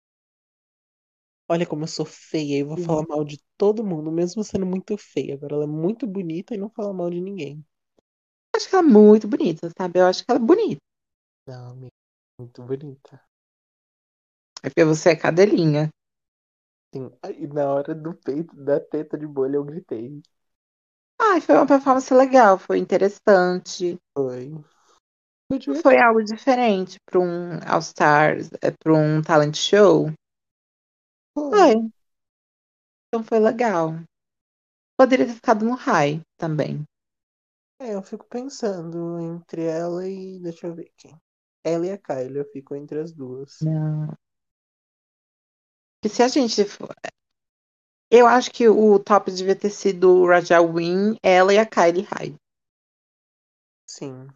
Olha como eu sou feia e vou falar mal de todo mundo, mesmo sendo muito feia. Agora ela é muito bonita e não fala mal de ninguém. Acho que ela é muito bonita, sabe? Eu acho que ela é bonita. Não, amiga, muito bonita. É porque você é cadelinha. Sim. Aí na hora do peito, da teta de bolha, eu gritei. Ai, foi uma performance legal, foi interessante. Foi. Foi Foi divertido. algo diferente para um All Stars, para um talent show. Foi. Foi, então foi legal. Poderia ter ficado no high também. É, eu fico pensando entre ela e. Deixa eu ver quem. Ela e a Kylie, eu fico entre as duas. Não. Que se a gente for... Eu acho que o top devia ter sido o Raja Win, ela e a Kylie Hyde. Sim.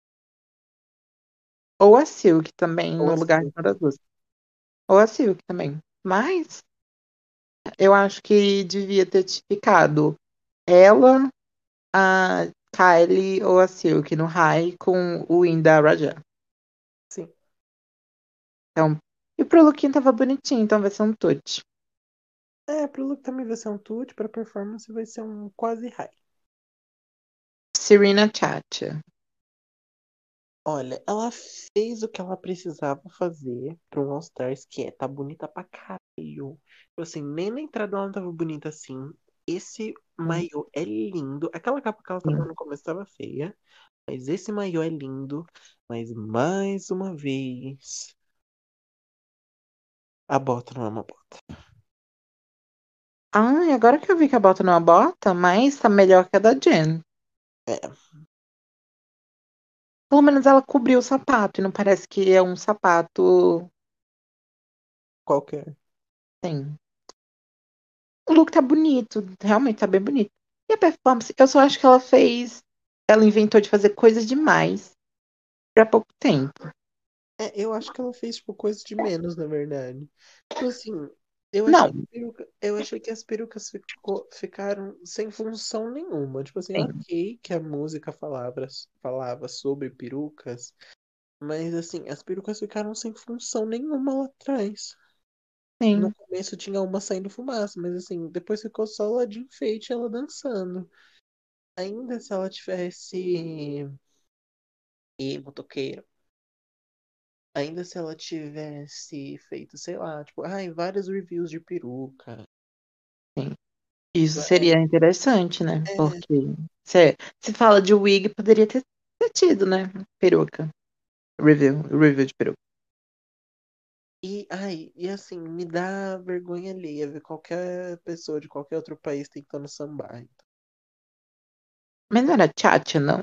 Ou a Silk também, Ou no lugar de assim. uma das duas. Ou a Silk também. Mas eu acho que devia ter ficado ela, a Kylie ou a Silk no high com o win da Raja. Sim. Então, e pro lookinho tava bonitinho, então vai ser um tute. É, pro look também vai ser um tute, pra performance vai ser um quase high. Serena Chacha. Olha, ela fez o que ela precisava fazer pra um All Stars, que é tá bonita pra caralho. Tipo assim, nem na entrada ela não tava bonita assim. Esse maiô é lindo. Aquela capa que ela tava no começo tava feia. Mas esse maiô é lindo. Mas mais uma vez, a bota não é uma bota. Ai, agora que eu vi que a bota não é uma bota, mas tá melhor que a da Jen. É, Pelo menos ela cobriu o sapato e não parece que é um sapato. qualquer. Sim. O look tá bonito, realmente tá bem bonito. E a performance, eu só acho que ela fez. ela inventou de fazer coisas demais pra pouco tempo. Eu acho que ela fez, tipo, coisa de menos, na verdade. Tipo assim, eu achei, Não, eu achei que as perucas ficaram sem função nenhuma. Tipo assim, sim, ok que a música falava sobre perucas, mas assim, as perucas ficaram sem função nenhuma lá atrás. No sim, começo tinha uma saindo fumaça, mas assim, depois ficou só lá de enfeite ela dançando. Ainda se ela tivesse. E motoqueiro. Ainda se ela tivesse feito, sei lá, tipo, ai, vários reviews de peruca. sim. Isso É, seria interessante, né? é, Porque se fala de wig, poderia ter tido, né? Peruca. Review de peruca. e assim, me dá vergonha alheia ver qualquer pessoa de qualquer outro país tentando sambar. Então. Mas não era Tchatcha, não?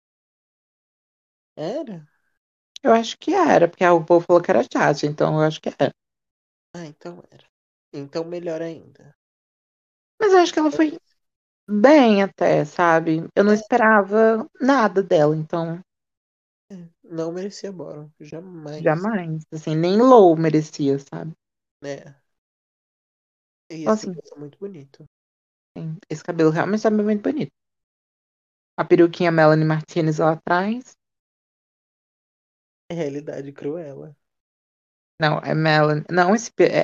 Era? Eu acho que era, porque o povo falou que era Tchatcha, então eu acho que era. Ah, então era. Então melhor ainda. Mas eu acho que ela foi bem até, sabe? Eu não É, esperava nada dela, então não merecia Boron, jamais. jamais. Assim, nem Low merecia, sabe? Né? E Então, esse assim, cabelo é muito bonito. esse cabelo realmente tá muito bonito. A peruquinha Melanie Martinez lá atrás. É realidade cruela. Não, é Melanie. Não,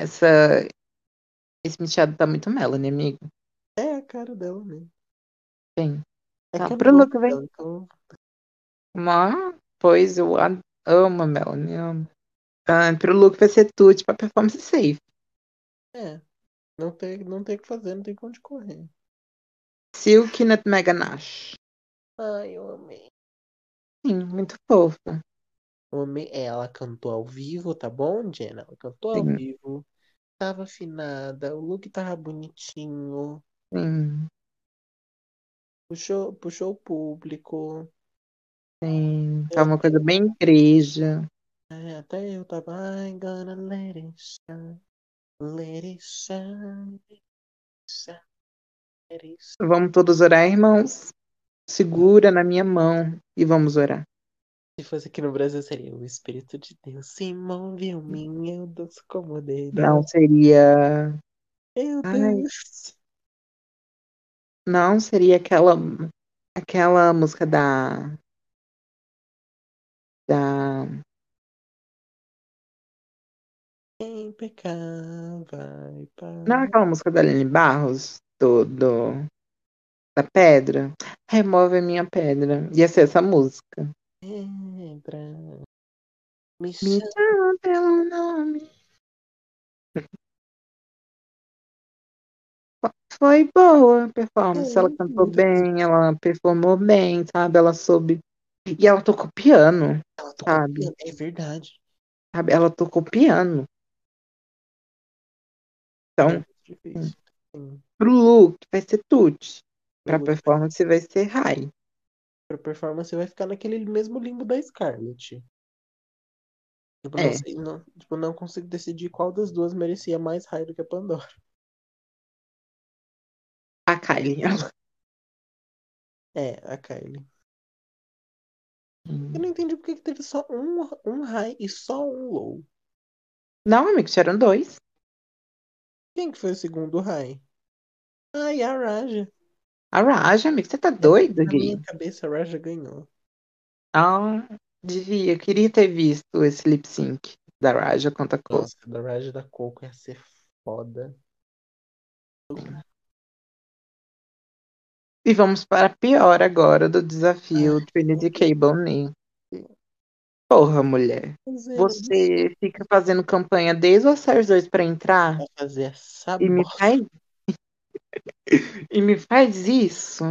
esse penteado tá muito Melanie, amigo. É a cara dela mesmo. Sim. É Tá, que eu não pro gosto look, vem. dela, então. Mas, pois eu amo a Melanie, amo. Ah, pro look vai ser tudo pra performance safe. É, não tem o que fazer, não tem pra onde correr. Silk Nutmeg Ganache. Ai, eu amei. Sim, muito fofa. Eu amei. Ela cantou ao vivo, tá bom, Jenna? Ela cantou ao Sim, vivo. Tava afinada, o look tava bonitinho. sim, Puxou o público. sim. Eu Tá uma até, coisa bem igreja. até eu tava, I'm gonna let it shine, shine, let it shine. Vamos todos orar, irmãos? Segura na minha mão e vamos orar. Se fosse aqui no Brasil, seria o Espírito de Deus se move em mim, eu danço como Não Deus. seria. Meu Ai, Deus. não seria aquela música da. Quem pecar vai Não é para. aquela música da Aline Barros, da pedra? Remove a minha pedra. Ia ser essa música. Pedra, me Me chama. chama pelo nome. Foi boa a performance. Ela cantou Muito bem, ela performou bem, sabe? Ela soube. E ela tocou piano, ela tocou sabe? piano, é verdade. Ela tocou piano. É Então, muito difícil. Sim, pro look vai ser tudo. pro Pra look vai ser. performance vai ser high. Pra performance vai ficar naquele mesmo limbo da Scarlett. Tipo, não É, sei, não, tipo, não consigo decidir qual das duas merecia mais raio do que a Pandora. a Kylie. É, a Kylie. Eu não entendi porque que teve só um high e só um low. Não, amigo, eram dois. Quem que foi o segundo high? Ai, a Raja. A Raja, amigo, você tá É porque doido, na minha gay? cabeça a Raja ganhou. Ah, devia. Queria ter visto esse lip sync da Raja contra a Cole. Nossa, da Raja da Coco ia ser foda. E vamos para a pior agora do desafio Ai, meu Trinity Deus. Cable Knee. Porra, mulher. Fazendo isso. Você fica fazendo campanha desde o All-Stars 2 para entrar Vai fazer essa e me bosta. faz, e me faz isso?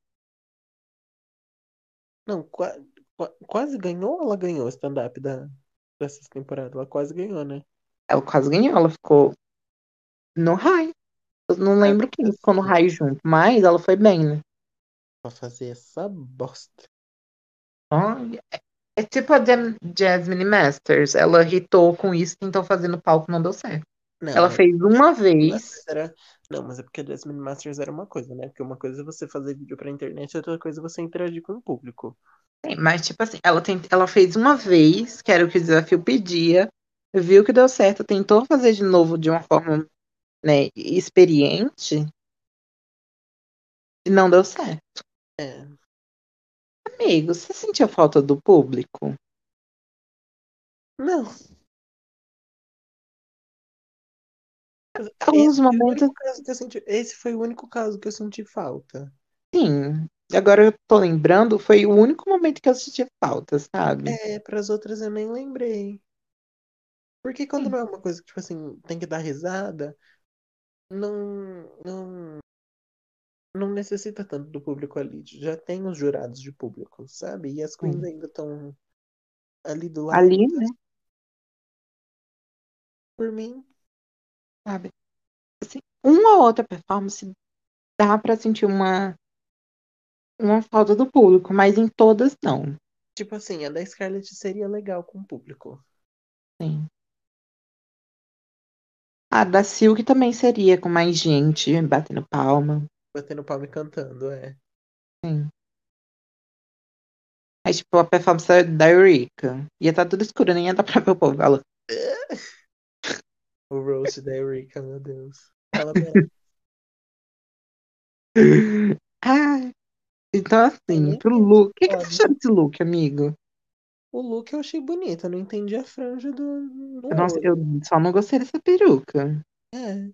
Não, quase ganhou ou ela ganhou o stand-up dessa temporada? Ela quase ganhou, né? Ela quase ganhou, ela ficou no high. Eu não Pra lembro quem ficou no fazer, high junto, mas ela foi bem, né? pra fazer essa bosta. Ó, é tipo a Jasmine Masters. Ela hitou com isso, tentou fazer no palco, não deu certo. Não, Ela a fez uma Masters vez. era. Não, mas é porque a Jasmine Masters era uma coisa, né? Porque uma coisa é você fazer vídeo pra internet e outra coisa é você interagir com o público. Sim, mas, tipo assim, ela fez uma vez, que era o que o desafio pedia, viu que deu certo, tentou fazer de novo de uma forma, né, experiente, e não deu certo. É. Amigo, você sentia falta do público? Não, Alguns esse foi o momentos, único caso que eu senti. Esse foi o único caso que eu senti falta. sim. Agora eu tô lembrando, foi o único momento que eu senti falta, sabe? É, pras outras eu nem lembrei. Porque quando Sim, não é uma coisa que, tipo assim, tem que dar risada, não, não necessita tanto do público ali. Já tem os jurados de público, sabe? E as queens sim. ainda estão ali do lado. Ali, Então, né, por mim, sabe? Assim, uma ou outra performance dá pra sentir uma falta do público, mas em todas não. tipo assim, a da Scarlett seria legal com o público. Sim. A da Silk também seria com mais gente batendo palma. Batendo palma e cantando, é. Sim. Aí, tipo, a performance da Eureka. Ia estar tudo escuro, nem ia dar pra ver o povo. Ela... O roast da Eureka, meu Deus. Ela merece. Ah, então, Eu assim, nem pro entendi look. O que você nada. achou desse look, amigo? O look eu achei bonito, eu não entendi a franja no Nossa, eu olho. só não gostei dessa peruca. É.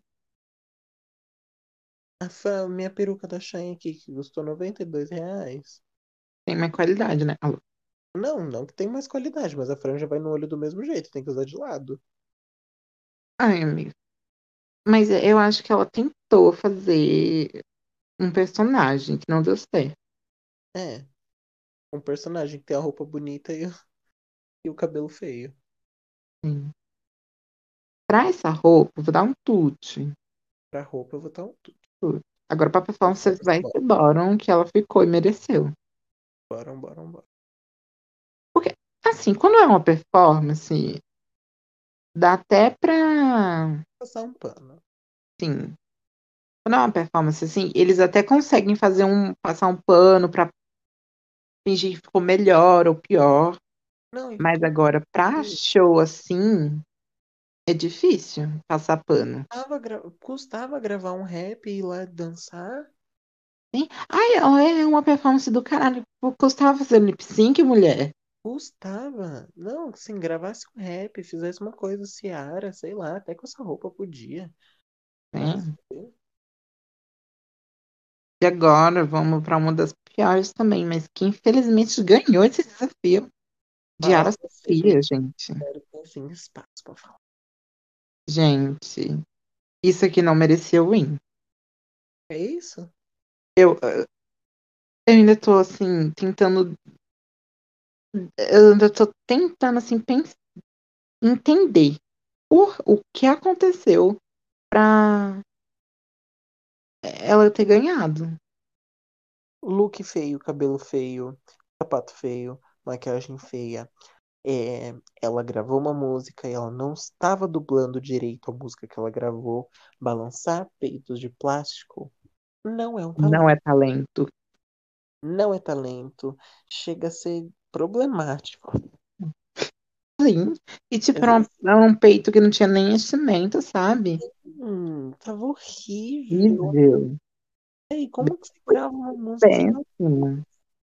Minha peruca da Shein aqui, que custou R$ 92. Tem mais qualidade, né? Alô. Não, não que tem mais qualidade, mas a franja vai no olho do mesmo jeito, tem que usar de lado. Ai, amigo. Mas eu acho que ela tentou fazer um personagem que não deu certo. É, um personagem que tem a roupa bonita e o cabelo feio. Sim. Pra essa roupa, eu vou dar um tute. Pra roupa eu vou estar um tudo. Tute. Agora, pra performance, Performance, vai bora, ser Boron, que ela ficou e mereceu. bora, bora, bora. Porque, assim, quando é uma performance, dá até pra. Passar um pano. Assim, quando é uma performance assim, eles até conseguem passar um pano pra fingir que ficou melhor ou pior. Não, e Mas tudo. agora, pra show assim, é difícil passar pano. Custava gravar um rap e ir lá dançar? Hein? Ai, ela é uma performance do caralho. Custava fazer lip sync, mulher. Custava. Não, assim, gravasse um rap, fizesse uma coisa Ciara, sei lá, até com essa roupa podia. Vai se Né? fuder. E agora vamos pra uma das piores também, mas que infelizmente ganhou esse desafio. Fala Diara você, porque Sofia, gente. eu quero ter assim, espaço pra falar. Gente, isso aqui não merecia win. É isso? Eu ainda tô assim, tentando. Eu ainda tô tentando assim, entender o que aconteceu pra ela ter ganhado. Look feio, cabelo feio, sapato feio, maquiagem feia. É, ela gravou uma música e ela não estava dublando direito a música que ela gravou. Balançar peitos de plástico não é um talento. Não é talento. Não é talento. Chega a ser problemático. Sim. E tipo, Às vezes, era um peito que não tinha nem enchimento, sabe? tava horrível. Horrível. E aí, como que você grava uma música sem não? Péssimo.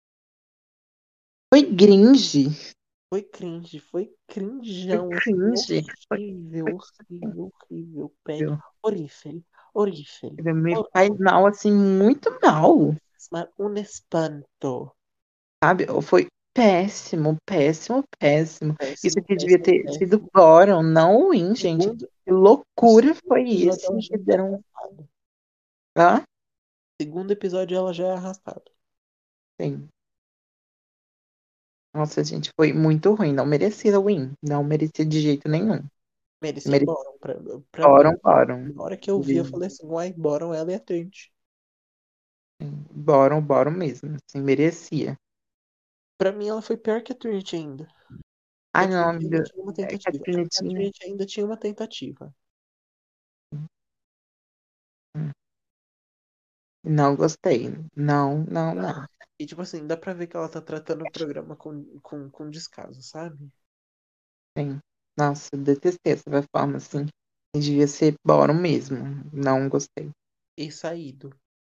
Foi cringe. Foi Foi cringeão, assim, cringe. horrível, horrível, horrível, péssimo. Horrível. Horrível, horrível, Me faz horrível. mal, assim, muito mal. Mas um espanto. Sabe? Foi péssimo, péssimo, péssimo. Isso Péssimo, aqui devia péssimo, ter sido péssimo. Boron, não Win, gente. Segundo, Que o loucura segundo foi episódio isso ela já que tá deram. arrastada. Hã? Segundo episódio ela já é arrastada. Sim. Nossa, gente, foi muito ruim. Não merecia Win. Não merecia de jeito nenhum. Merecia Merecia Boron. Pra mim, Boron, Boron. na hora que eu vi, eu falei assim, uai, Boron ela é a Trinity. Boron, Boron mesmo. Assim, merecia. Pra mim, ela foi pior que a Trinity ainda. Que Ai, a não, Trinity ainda amiga. tinha uma É que a tentativa. A Trinity. Trinity ainda tinha uma tentativa. Não gostei. Não, não, não. E tipo assim, dá pra ver que ela tá tratando o programa com descaso, sabe? Sim. Nossa, eu detestei essa performance, assim. Devia ser bórum mesmo. Não gostei. E saído.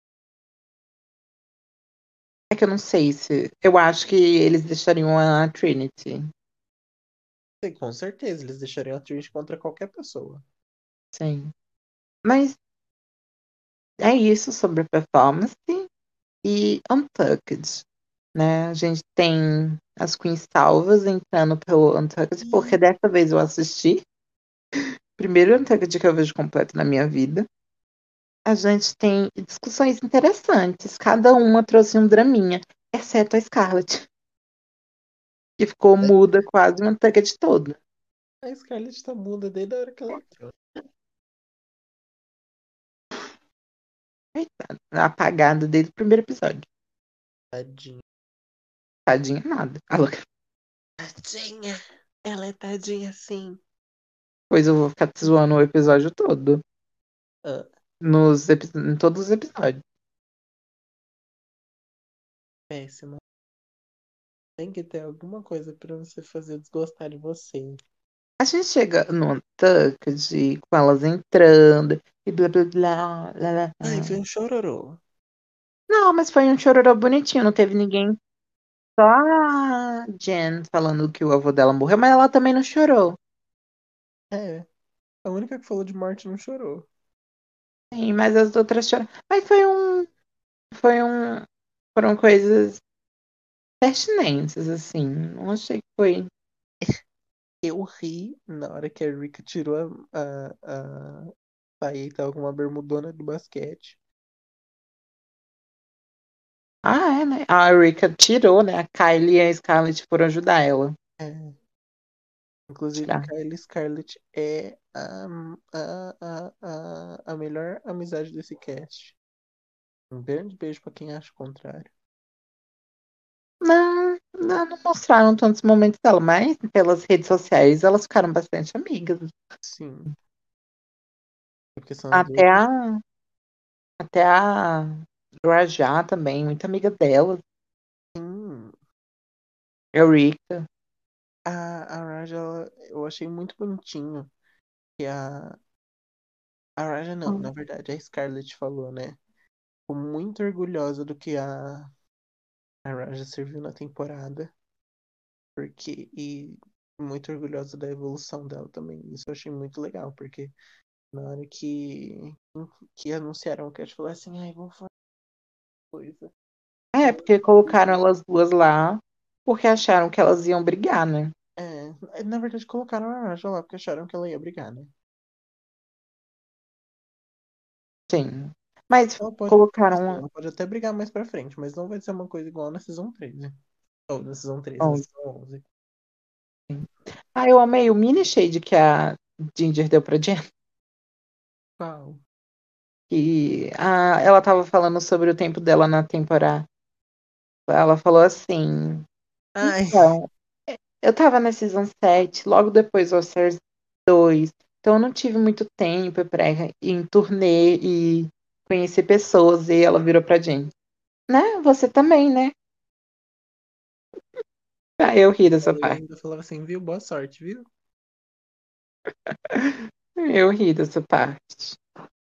É que eu não sei se. Eu acho que eles deixariam a Trinity. E com certeza, eles deixariam a Trish contra qualquer pessoa. Sim. Mas é isso sobre a performance e Untucked, né? A gente tem as Queens salvas entrando pelo Untucked, porque E dessa vez eu assisti. Primeiro Untucked que eu vejo completo na minha vida. A gente tem discussões interessantes. Cada uma trouxe um draminha, exceto a Scarlett, que ficou muda quase o Untucked todo. a Scarlett tá muda desde a hora que ela entrou. Coitada, apagada desde o primeiro episódio. Tadinha. Tadinha nada. A louca. Tadinha. Ela é tadinha sim. Pois eu vou ficar te zoando o episódio todo. Ah, Em todos os episódios. péssima. Tem que ter alguma coisa pra você fazer desgostar de você. A gente chega no Untucked com elas entrando e blá blá blá blá blá. Ai, Blá. foi um chororô. Não, mas foi um chororô bonitinho, não teve ninguém. Só a Jen falando que o avô dela morreu, mas ela também não chorou. É, a única que falou de morte não chorou. Sim, mas as outras choraram. Mas foi um, foram coisas pertinentes, assim. Não achei que foi. Eu ri na hora que a Rika tirou a sair, tava com uma bermudona do basquete. Ah, é, né? A Rika tirou, né? A Kylie e a Scarlett foram ajudar ela. É, inclusive, Tirar. Kylie Scarlett é a melhor amizade desse cast. Um grande beijo pra quem acha o contrário. Não, não mostraram tantos momentos dela, mas pelas redes sociais elas ficaram bastante amigas. Sim, porque são as duas. Até a, até a Rajá também, muito amiga dela. Sim, Eureka. a Raja, eu achei muito bonitinho que a Raja não, na verdade, a Scarlett falou, né? Ficou muito orgulhosa do que a Raja serviu na temporada, porque e muito orgulhosa da evolução dela também. Isso eu achei muito legal, porque na hora que anunciaram o cast, falou assim, ai, vamos fazer coisa. É, porque colocaram elas duas lá porque acharam que elas iam brigar, né? Na verdade, colocaram a Raja lá porque acharam que ela ia brigar, né? Sim. Mas Ela pode, assim, colocaram. ela pode até brigar mais pra frente, mas não vai ser uma coisa igual na Season 13, né? Ou na Season 13, na Bom, Season 11. sim. Ah, eu amei o mini shade que a Ginger deu pra Jen. Qual? E ela tava falando sobre o tempo dela na temporada. Ela falou assim: Ai, então, eu tava na Season 7, logo depois do All-Stars 2, então eu não tive muito tempo pra ir em turnê e conhecer pessoas. E ela virou pra gente: né? Você também, né? Aí eu ri dessa ela parte. ainda falava assim, viu? Boa sorte, viu? Eu ri dessa parte.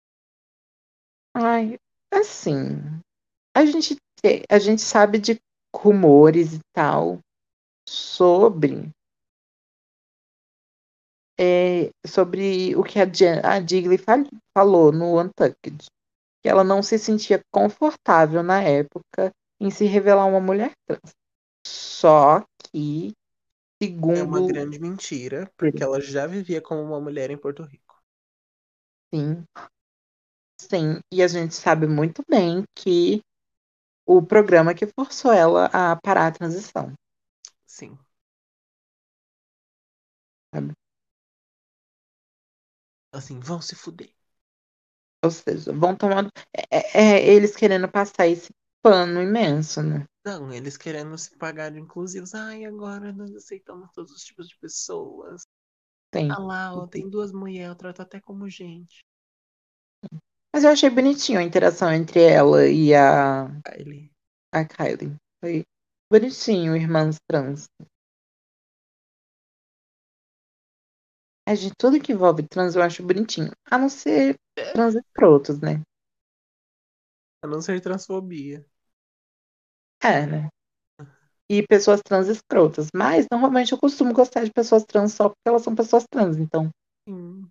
Ai, assim, a gente sabe de rumores e tal sobre sobre o que a Jiggly falou no Untucked, que ela não se sentia confortável na época em se revelar uma mulher trans. Só que, É uma segundo, grande mentira, porque ela já vivia como uma mulher em Porto Rico. sim, sim, e a gente sabe muito bem que o programa que forçou ela a parar a transição, Sim. sabe? Assim, vão se fuder. Ou seja, vão tomando. Eles querendo passar esse pano imenso, né? Não, eles querendo se pagar de inclusivos. Ai, agora nós aceitamos todos os tipos de pessoas. Tem. Ah lá, ó, tem duas mulheres, eu trato até como gente. Mas eu achei bonitinho a interação entre ela e Kylie. a Kylie. Foi bonitinho, irmãs trans. A gente, tudo que envolve trans eu acho bonitinho. A não ser É, trans escrotos, né? a não ser transfobia. É, né? E pessoas trans escrotas. Mas normalmente eu costumo gostar de pessoas trans só porque elas são pessoas trans. Sim.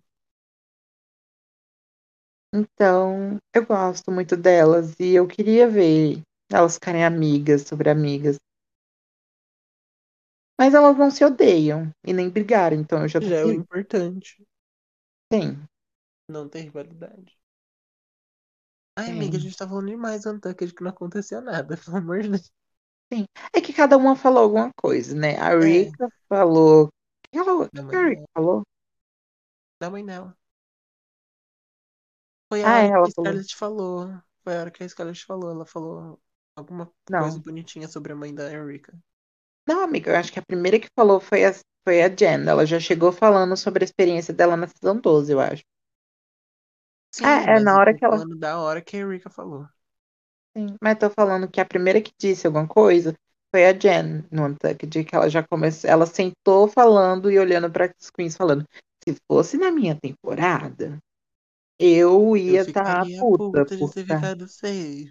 Então eu gosto muito delas e eu queria ver elas ficarem amigas sobre amigas. Mas elas não se odeiam e nem brigaram, então eu já tô Já é o feliz. importante. Sim, Não ter rivalidade. Ai, amiga, a é, gente tá falando demais do Untucked que não aconteceu nada, pelo amor de Deus. sim. É que cada uma falou alguma coisa, né? A É, Rika falou. O da que mãe a Rika dela. falou? Da mãe dela. Foi a Ah, hora é, que ela a falou. Scarlett falou. Foi a hora que a Scarlett falou. Ela falou alguma coisa Não. bonitinha sobre a mãe da Erika. Não, amiga, eu acho que a primeira que falou foi a Jen. Ela já chegou falando sobre a experiência dela na Season 12, eu acho. Sim, Ah, é mas na eu hora tô que ela. falando da hora que a Erika falou. Sim, mas tô falando que a primeira que disse alguma coisa foi a Jen no Untucked, que ela já começou. Ela sentou falando e olhando para as queens, falando: se fosse na minha temporada, eu Eu ia estar ficaria puta puta de por ter tá. ficado safe.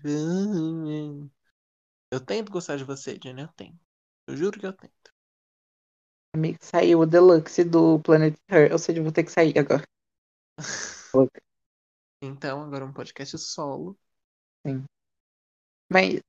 Eu tento gostar de você, Jenny, eu tento. Eu juro que eu tento. Amigo, saiu o Deluxe do Planet Her, ou seja, eu vou ter que sair agora. Então, agora um podcast solo. Sim. Mas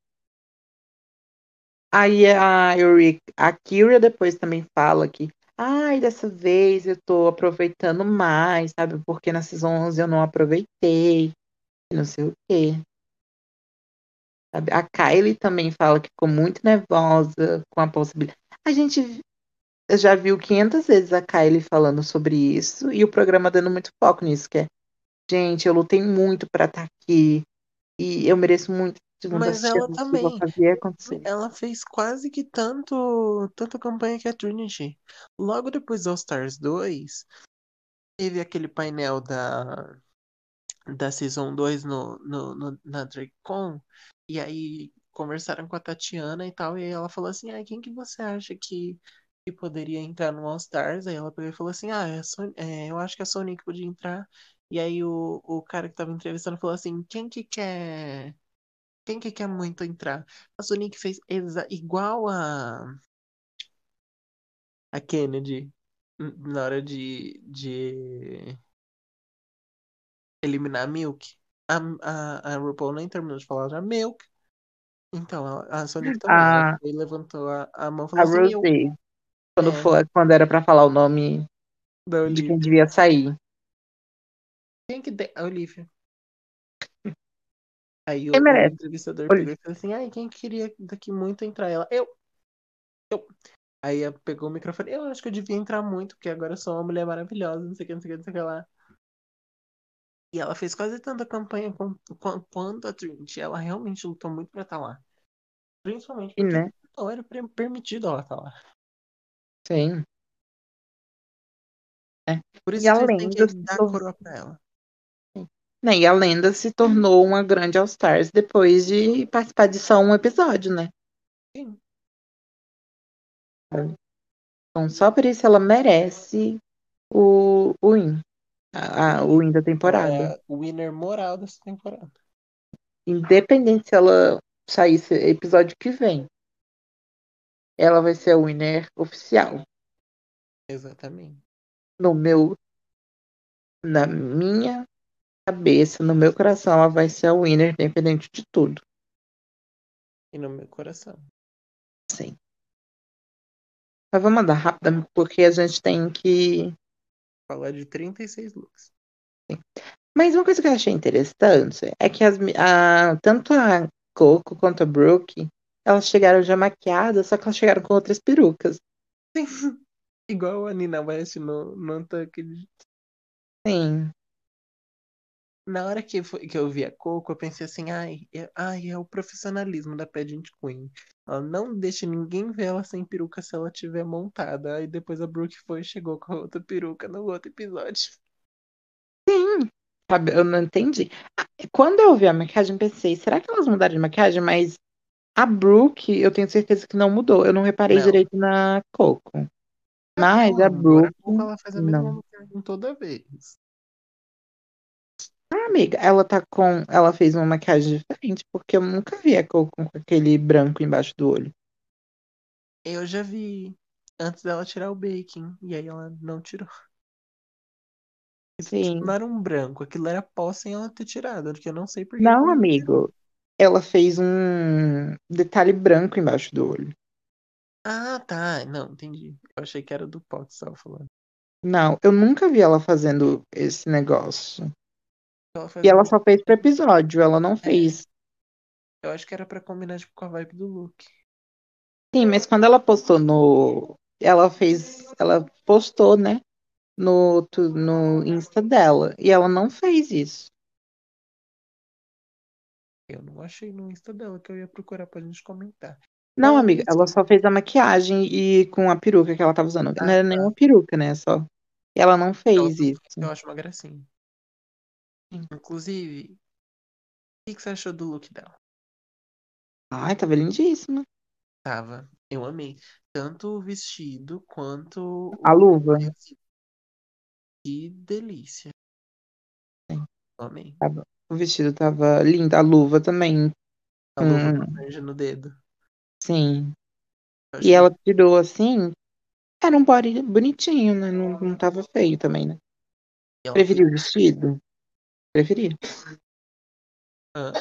aí a Eureka, a Kyria depois também fala que, ai, dessa vez eu tô aproveitando mais, sabe? Porque na Season 11 eu não aproveitei, e não sei o quê. Sabe? A Kylie também fala que ficou muito nervosa com a possibilidade. A gente já viu 500 vezes a Kylie falando sobre isso e o programa dando muito foco nisso, que é, gente, eu lutei muito pra estar aqui e eu mereço muito segunda Mas chance, ela eu vou também. fazer acontecer. Ela fez quase que tanto campanha que a Trinity. Logo depois do All Stars 2, teve aquele painel da Season 2 na DrakeCon, e aí conversaram com a Tatiana e tal, e aí ela falou assim, ah, quem que você acha que poderia entrar no All Stars? Aí ela pegou e falou assim, ah, eu acho que a Sonic podia entrar. E aí o cara que tava entrevistando falou assim, quem que quer muito entrar? A Sonic fez igual a Kennedy na hora de eliminar a Milk. A RuPaul nem terminou de falar já Milk. Então, a Sonic também. Ela A, foi, levantou a mão e a falou assim, Rosé, é, quando era pra falar o nome da de quem Olivia. devia sair. Quem que tem? A Olivia. Aí Quem o merece? entrevistador Olha, pegou e falou assim, ai, quem queria daqui muito entrar? Ela, eu. Aí ela pegou o microfone, eu acho que eu devia entrar muito, porque agora eu sou uma mulher maravilhosa, não sei o que, não sei o que, não sei o que lá. E ela fez quase tanta campanha quanto a Trinity. Ela realmente lutou muito pra estar lá. Principalmente e, porque né? não era permitido ela estar lá. Sim. É. Por E isso a que a gente tem lenda que se dar a tornou, coroa pra ela. né? E a lenda se tornou uma grande All Stars depois de participar de só um episódio, né? Sim. Então, só por isso ela merece o win, o win da Ela temporada. é a winner moral dessa temporada. Independente se ela sair esse episódio que vem, ela vai ser a winner oficial. Exatamente. No meu, na minha cabeça, no meu coração, ela vai ser a winner, independente de tudo. E no meu coração. Sim. Mas vamos andar rápido, porque a gente tem que. Falar de 36 looks. Mas uma coisa que eu achei interessante é que tanto a Coco quanto a Brooke, elas chegaram já maquiadas, só que elas chegaram com outras perucas. Igual a Nina West no Untucked. Sim, Na hora que eu vi a Coco, eu pensei assim, ai, é o profissionalismo da Pageant Queen. Ela não deixa ninguém ver ela sem peruca se ela tiver montada. Aí depois a Brooke foi e chegou com a outra peruca no outro episódio. sim, sabe? Eu não entendi. Quando eu vi a maquiagem, pensei, será que elas mudaram de maquiagem? Mas a Brooke, eu tenho certeza que não mudou. Eu não reparei Não. direito na Coco. Ah, Mas não, a amor. A Brooke, Coco, ela faz a mesma não. maquiagem toda vez. Ah, amiga, ela tá com. Ela fez uma maquiagem diferente, porque eu nunca vi a Coco com aquele branco embaixo do olho. Eu já vi antes dela tirar o baking. E aí ela não tirou. Tipo, não Sim. era um branco. Aquilo era pó sem ela ter tirado. Porque eu não sei por que que Não, ela não tirou. amigo. Ela fez um detalhe branco embaixo do olho. Ah, tá. Não, entendi. Eu achei que era do pó que você tava falando. Não, eu nunca vi ela fazendo esse negócio. Ela E faz ela uma. só fez pro episódio, ela não É, fez. eu acho que era pra combinar tipo, com a vibe do look. Sim, mas quando ela postou no. Ela fez. Ela postou, né? No Insta dela. E ela não fez isso. Eu não achei no Insta dela que eu ia procurar pra gente comentar. Não, Falando amiga, ela nisso. só fez a maquiagem e com a peruca que ela tava usando. Não Ah, era tá. nenhuma peruca, né? Só. E ela não Ela fez só isso. eu acho uma gracinha. Inclusive, o que você achou do look dela? Ai, tava lindíssima. Tava. Eu amei. Tanto o vestido quanto A o. luva. Que delícia. Sim, Amei. o vestido tava lindo. A luva também. A luva com a franja no dedo. Sim. Eu E achei. ela tirou assim. Era um body bonitinho, né? Não, não tava feio também, né? Ela fez. Preferi o vestido? Preferi. Hã?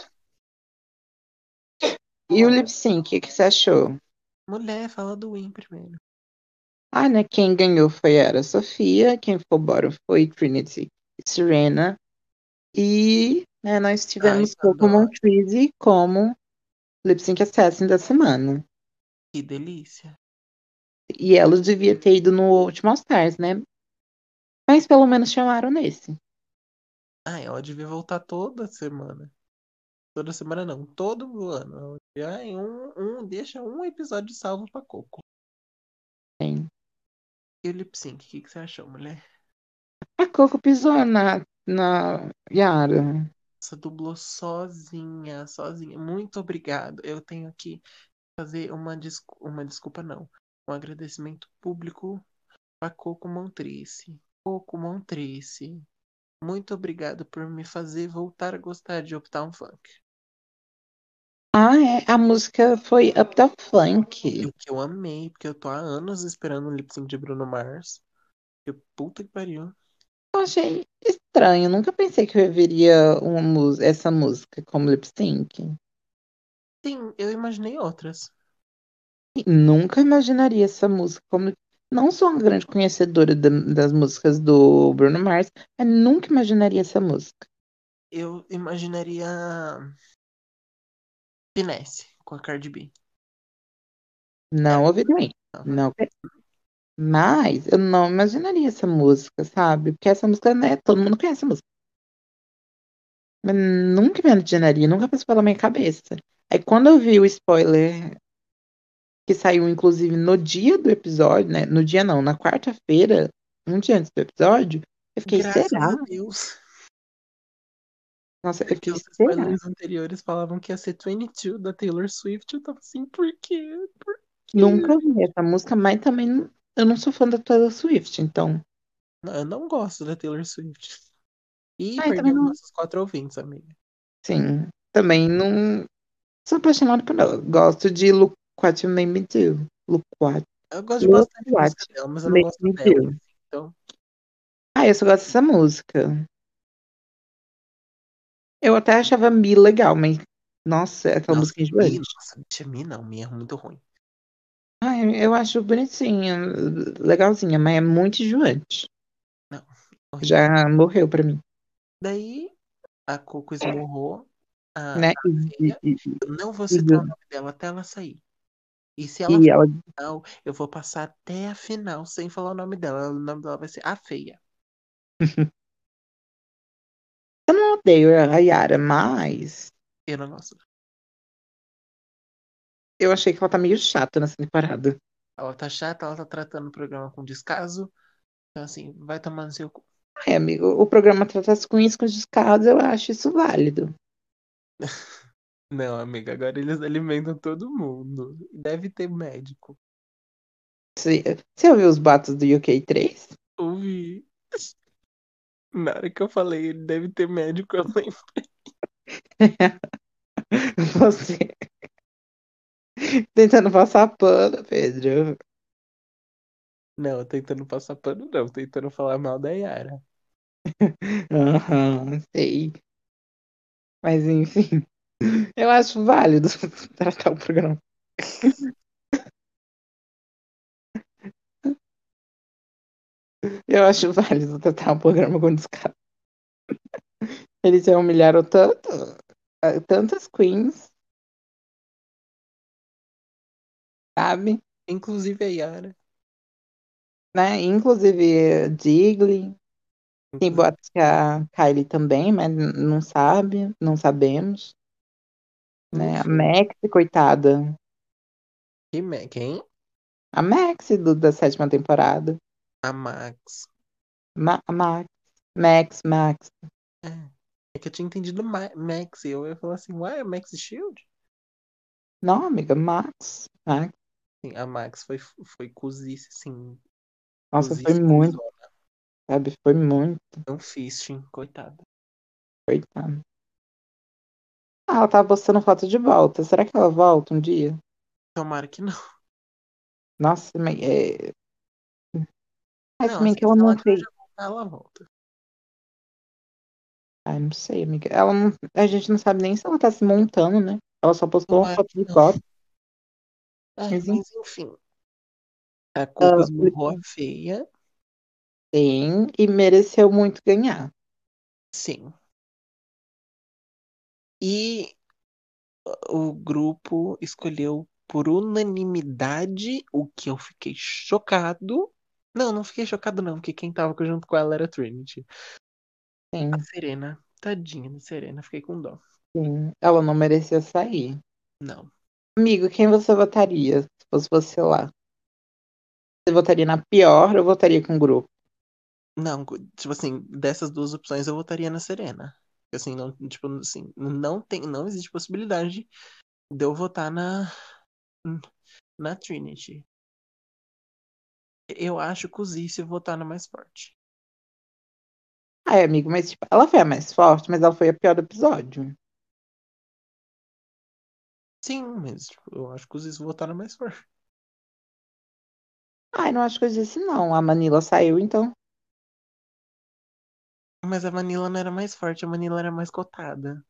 E o lip sync, o que que você achou? Mulher, fala do Win primeiro. Ah, né? Quem ganhou foi a Sofia, quem ficou bottom foi Trinity e Serena. E né, nós Ai, tivemos Coco adoro. Montrese como lip sync assassin da semana. Que delícia. E ela devia ter ido no último All Stars, né? Mas pelo menos chamaram nesse. Ah, ela devia voltar toda semana. Toda semana não, todo ano. Ela devia, ai, deixa um episódio salvo pra Coco. Sim. E o lip sync, o que você achou, mulher? A Coco pisou na Yara. Você dublou sozinha, sozinha. Muito obrigado. Eu tenho que fazer uma desculpa, não. Um agradecimento público a Coco Montrese. Coco Montrese, muito obrigado por me fazer voltar a gostar de Uptown Funk. Ah, é. A música foi Up the E Funk. o que eu amei, porque eu tô há anos esperando o lip sync de Bruno Mars. Que puta que pariu. Eu achei estranho. Nunca pensei que eu veria essa música como lip sync. Sim, eu imaginei outras. Nunca imaginaria essa música como. Não sou uma grande conhecedora das músicas do Bruno Mars, mas nunca imaginaria essa música. Eu imaginaria Finesse com a Cardi B. É, Não ouvi bem. tava. Não. Mas eu não imaginaria essa música, sabe? Porque essa música, né? Todo mundo conhece a música. Mas nunca imaginaria, nunca passou pela minha cabeça. Aí quando eu vi o spoiler que saiu, inclusive, no dia do episódio, né? No dia não, na quarta-feira, um dia antes do episódio, eu fiquei, Graças será? a Deus. Nossa, eu Porque fiquei, os será? spoilers anteriores falavam que ia ser 22 da Taylor Swift. Eu tava assim, por quê? Por quê? Nunca vi essa música, mas também eu não sou fã da Taylor Swift, então. Não, eu não gosto da Taylor Swift. E Ai, também perdemos não. nossos 4 ouvintes, amiga. Sim, também não sou apaixonada por ela. Gosto de Look What You Made Me Do. Eu gosto de Look bastante What música dela, mas eu não You Made gosto Me dela. Do. Então, Ah, eu só gosto dessa música. Eu até achava Mi legal, mas. Nossa, é aquela nossa, música Mi, enjoante. nossa, bicha, Mi não, Mi é muito ruim. Ai, eu acho bonitinha, legalzinha, mas é muito enjoante. Não, horrível. Já morreu pra mim, Daí, a Coco esmurrou né? a feia. Eu não vou E, citar o nome dela até ela sair. E se ela e for ela. final, eu vou passar até a final sem falar o nome dela. O nome dela vai ser A Feia. Eu não odeio a Yara, mas Eu não gosto. eu achei que ela tá meio chata nessa temporada. Ela tá chata, ela tá tratando o programa com descaso. Então, assim, vai tomar no seu cu. Ai, amigo, o programa trata as queens com descaso, eu acho isso válido. Não, amiga, agora eles alimentam todo mundo. Deve ter médico. Você ouviu os boatos do UK3? Ouvi. Na hora que eu falei, ele deve ter médico, eu lembro. Você tentando passar pano, Pedro. Não, tentando passar pano, não. Tentando falar mal da Yara. Aham, sei. Mas enfim, eu acho válido tratar o programa. Eu acho válido tratar o programa com descaso. Eles já humilharam tanto, tantas queens, sabe? Inclusive a Yara. Né? Inclusive Digley. Tem Inclusive. boatos que a Kylie também, mas não sabe, não sabemos. Né? A Enfim. Max, coitada. Quem? A Max da sétima temporada. A Max. Max. Max. É. É que eu tinha entendido Max. E eu ia falar assim, uai, é Max Shield? Não, amiga, Max. Sim, a Max foi cozice, sim. Nossa, foi Cozice, muito, cuzona. sabe? Foi muito, É um fisting, coitada. coitada. Ah, ela tava postando foto de volta. Será que ela volta um dia? Tomara que não. Nossa, mas Não, também assim, que ela se ela não fez. já voltar, ela volta. Ai, não sei, amiga. Ela não... A gente não sabe nem se ela tá se montando, né? Ela só postou uma Tomara foto que de não. bota. Ai, Mas mas enfim. A Coco ela esmurrou a feia. tem e mereceu muito ganhar. Sim. E o grupo escolheu por unanimidade, o que eu fiquei chocado. Não, não fiquei chocado não, porque quem tava junto com ela era a Trinity. A Sim, Serena, tadinha da Serena, fiquei com dó. sim. Ela não merecia sair. Não. Amigo, quem você votaria se fosse você lá? Você votaria na pior ou votaria com o grupo? Não, tipo assim, dessas duas opções eu votaria na Serena. Assim, não, tipo, assim, não existe possibilidade de eu votar na Trinity. Eu acho que o Zizi votar na mais forte. Ai, amigo, mas tipo, ela foi a mais forte, mas ela foi a pior do episódio. Sim, mas tipo, eu acho que o Zizi votar na mais forte. Ai, não acho que eu disse não. A Manila saiu, então. Mas a Manila não era mais forte, a Manila era mais cotada.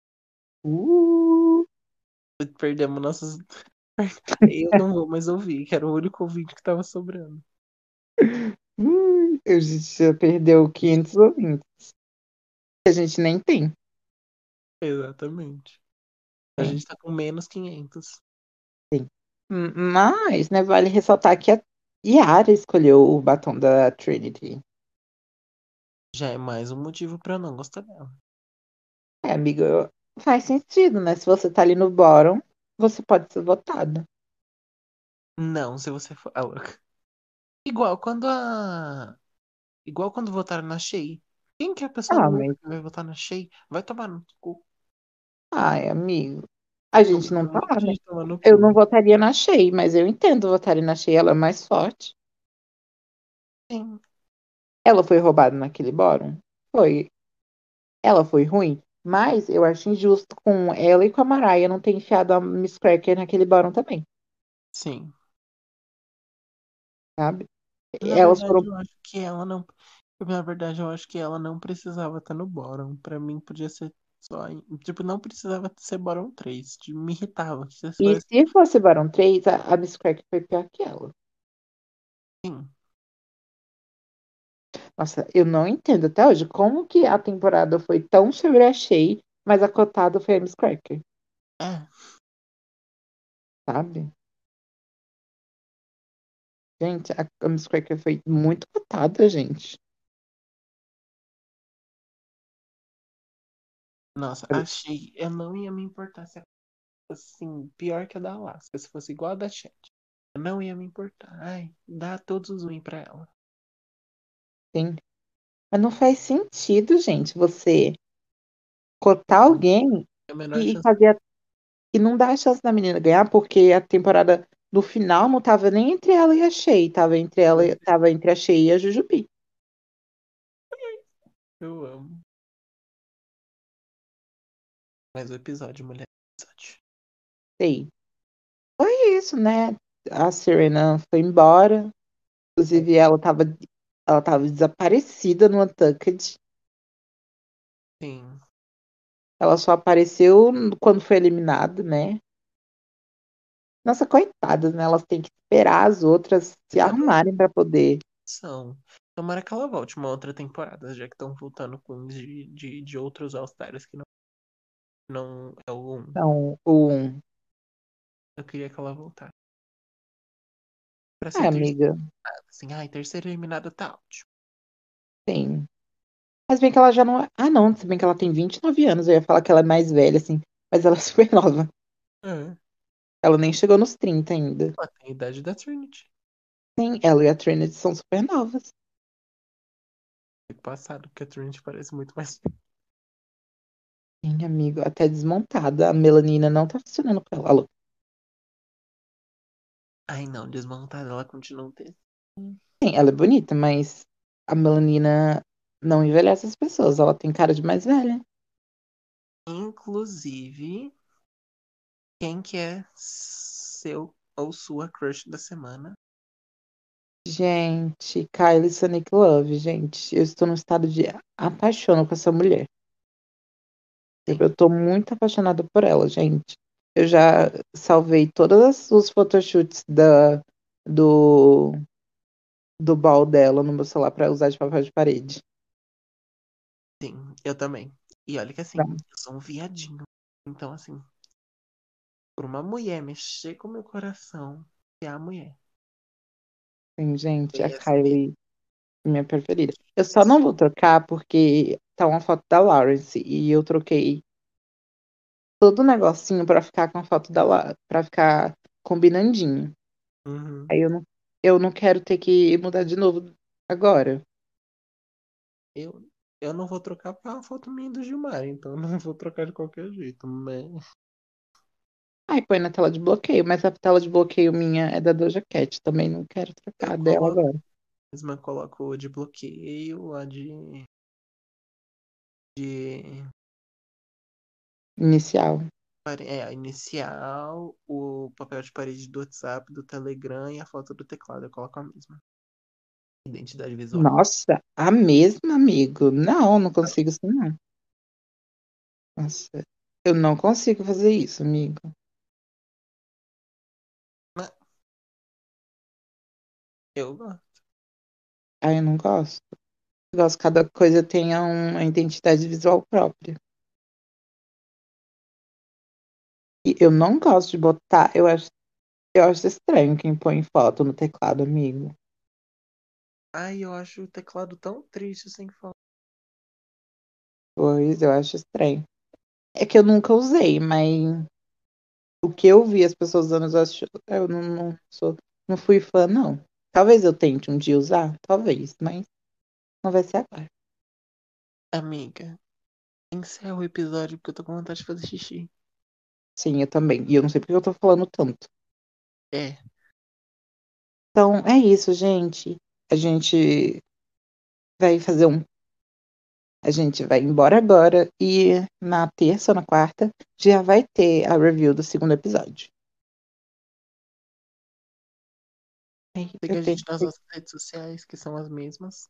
Uh, Perdemos nossos. Eu não vou mais ouvir, que era o único ouvinte que tava sobrando. a gente já perdeu 500 ouvintes. Que a gente nem tem. Exatamente. A É, gente tá com menos 500. tem. Mas, né, vale ressaltar que a Yara escolheu o batom da Trinity. Já é mais um motivo pra eu não gostar dela. É, amigo, faz sentido, né? Se você tá ali no bottom, você pode ser votado. Não, se você for. Ah, louca. Igual quando a. Igual quando votaram na Shea. Quem que é a pessoa Ah, louca mas. que vai votar na Shea? Vai tomar no cu. Ai, amigo. A Eu gente vi não um tá, monte de né? gente tomar no Eu não cu. votaria na Shea, mas eu entendo votar na Shea, ela é mais forte. Sim, Ela foi roubada naquele bórum? Foi. Ela foi ruim? Mas eu acho injusto com ela e com a Mariah não ter enfiado a Miss Cracker naquele bórum também, sim. sabe? Na Elas verdade, foram. eu acho que ela não. Na verdade, eu acho que ela não precisava estar no bottom. Pra mim, podia ser só. Tipo, não precisava ser bottom 3. Me irritava. Se E fosse se fosse bórum 3, a Miss Cracker foi pior que ela. assim. Nossa, eu não entendo até hoje como que a temporada foi tão sobre a Shea, mas a cotada foi a Miss Cracker, É. sabe? Gente, a Miss Cracker foi muito cotada, gente. Nossa, achei. Eu não ia me importar se fosse assim, pior que a da Alaska. Se fosse igual a da Chat. Eu não ia me importar. Ai, dá todos os win pra ela. Sim. Mas não faz sentido, gente, você cotar alguém É a menor e chance. fazer e não dar a chance da menina ganhar, porque a temporada no final não tava nem entre ela e a Shea, tava entre a Shea e a Jujubi. Eu amo. Mas o episódio, mulher. Episódio. Sei. Foi isso, né? A Serena foi embora. Inclusive, ela tava desaparecida no Untucked. Sim. Ela só apareceu quando foi eliminada, né? Nossa, coitadas, né? Elas têm que esperar as outras se Já deu arrumarem pra poder. atenção. Tomara que ela volte uma outra temporada, já que estão voltando com de outros All-Stars que não é o 1. Então, Eu queria que ela voltasse. Pra ser terceira, amiga, assim, ai, terceira eliminada tá ótimo. tem. Mas bem que ela já não é. Ah, não, se bem que ela tem 29 anos, eu ia falar que ela é mais velha, assim. Mas ela é super nova. É, Ela nem chegou nos 30 ainda. ela tem a idade da Trinity. Sim, ela e a Trinity são super novas. Fico passado, porque a Trinity parece muito mais. Sim, amigo, até desmontada. A melanina não tá funcionando com ela. Alô. Ai, não, desmontada, ela continua um ter. Sim, ela é bonita, mas a melanina não envelhece as pessoas. Ela tem cara de mais velha. Inclusive, quem que é seu ou sua crush da semana? Gente, Kylie Sonic Love, gente. Eu estou num estado de apaixono com essa mulher. Sim. Eu tô muito apaixonada por ela, gente. Eu já salvei todos os photoshoots do, do ball dela no meu celular pra usar de papel de parede. Sim, eu também. E olha que assim, Tá? eu sou um viadinho. Então, assim, por uma mulher mexer com o meu coração, é a mulher. Sim, gente, a É essa mesmo. Kylie, minha preferida. Eu só não vou trocar porque tá uma foto da Lawrence e eu troquei todo o negocinho pra ficar com a foto para ficar combinandinho. Uhum. Aí eu não quero ter que mudar de novo agora. Eu, eu não vou trocar pra uma foto minha do Gilmar, então eu não vou trocar de qualquer jeito. Mas Aí põe na tela de bloqueio, mas a tela de bloqueio minha é da Doja Cat. Também não quero eu trocar dela coloco, agora. mesmo eu coloco o de bloqueio, a de Inicial. a inicial, o papel de parede do WhatsApp, do Telegram e a foto do teclado. Eu coloco a mesma. Identidade visual. Nossa, a mesma, amigo? Não, não consigo assim, não. Nossa, eu não consigo fazer isso, amigo. Mas eu gosto. Aí eu não gosto. Eu gosto que cada coisa tenha uma identidade visual própria. E eu não gosto de botar. Eu acho estranho quem põe foto no teclado, amigo. Ai, eu acho o teclado tão triste sem foto. Pois eu acho estranho. É que eu nunca usei, mas o que eu vi as pessoas usando, eu não fui fã, não. Talvez eu tente um dia usar, talvez, mas não vai ser agora. Amiga, encerra o episódio porque eu tô com vontade de fazer xixi. Sim, eu também. E eu não sei porque eu tô falando tanto. É, Então, é isso, gente. A gente vai fazer um. A gente vai embora agora e na terça ou na quarta já vai ter a review do segundo episódio. Ai, eu siga a tenho gente que nas ter. nossas redes sociais, que são as mesmas.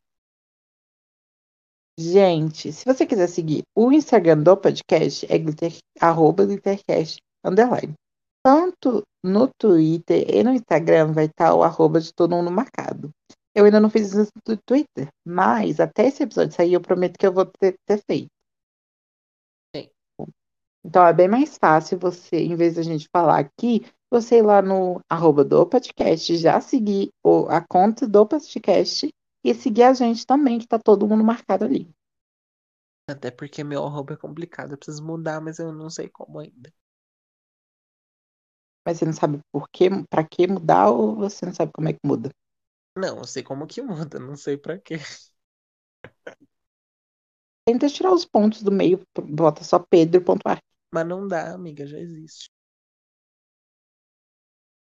Gente, se você quiser seguir o Instagram do podcast, é @glittercast_. Tanto no Twitter e no Instagram vai estar o arroba de todo mundo marcado. Eu ainda não fiz isso no Twitter, mas até esse episódio sair, eu prometo que eu vou ter feito. Sim. Então é bem mais fácil você, em vez da gente falar aqui, você ir lá no arroba do podcast, já seguir a conta do podcast e seguir a gente também, que tá todo mundo marcado ali. Até porque meu arroba é complicado. Eu preciso mudar, mas eu não sei como ainda. Mas você não sabe por quê, pra que mudar ou você não sabe como é que muda? Não, eu sei como que muda, não sei pra quê. Tenta tirar os pontos do meio, bota só Pedro.ar. Mas não dá, amiga, já existe.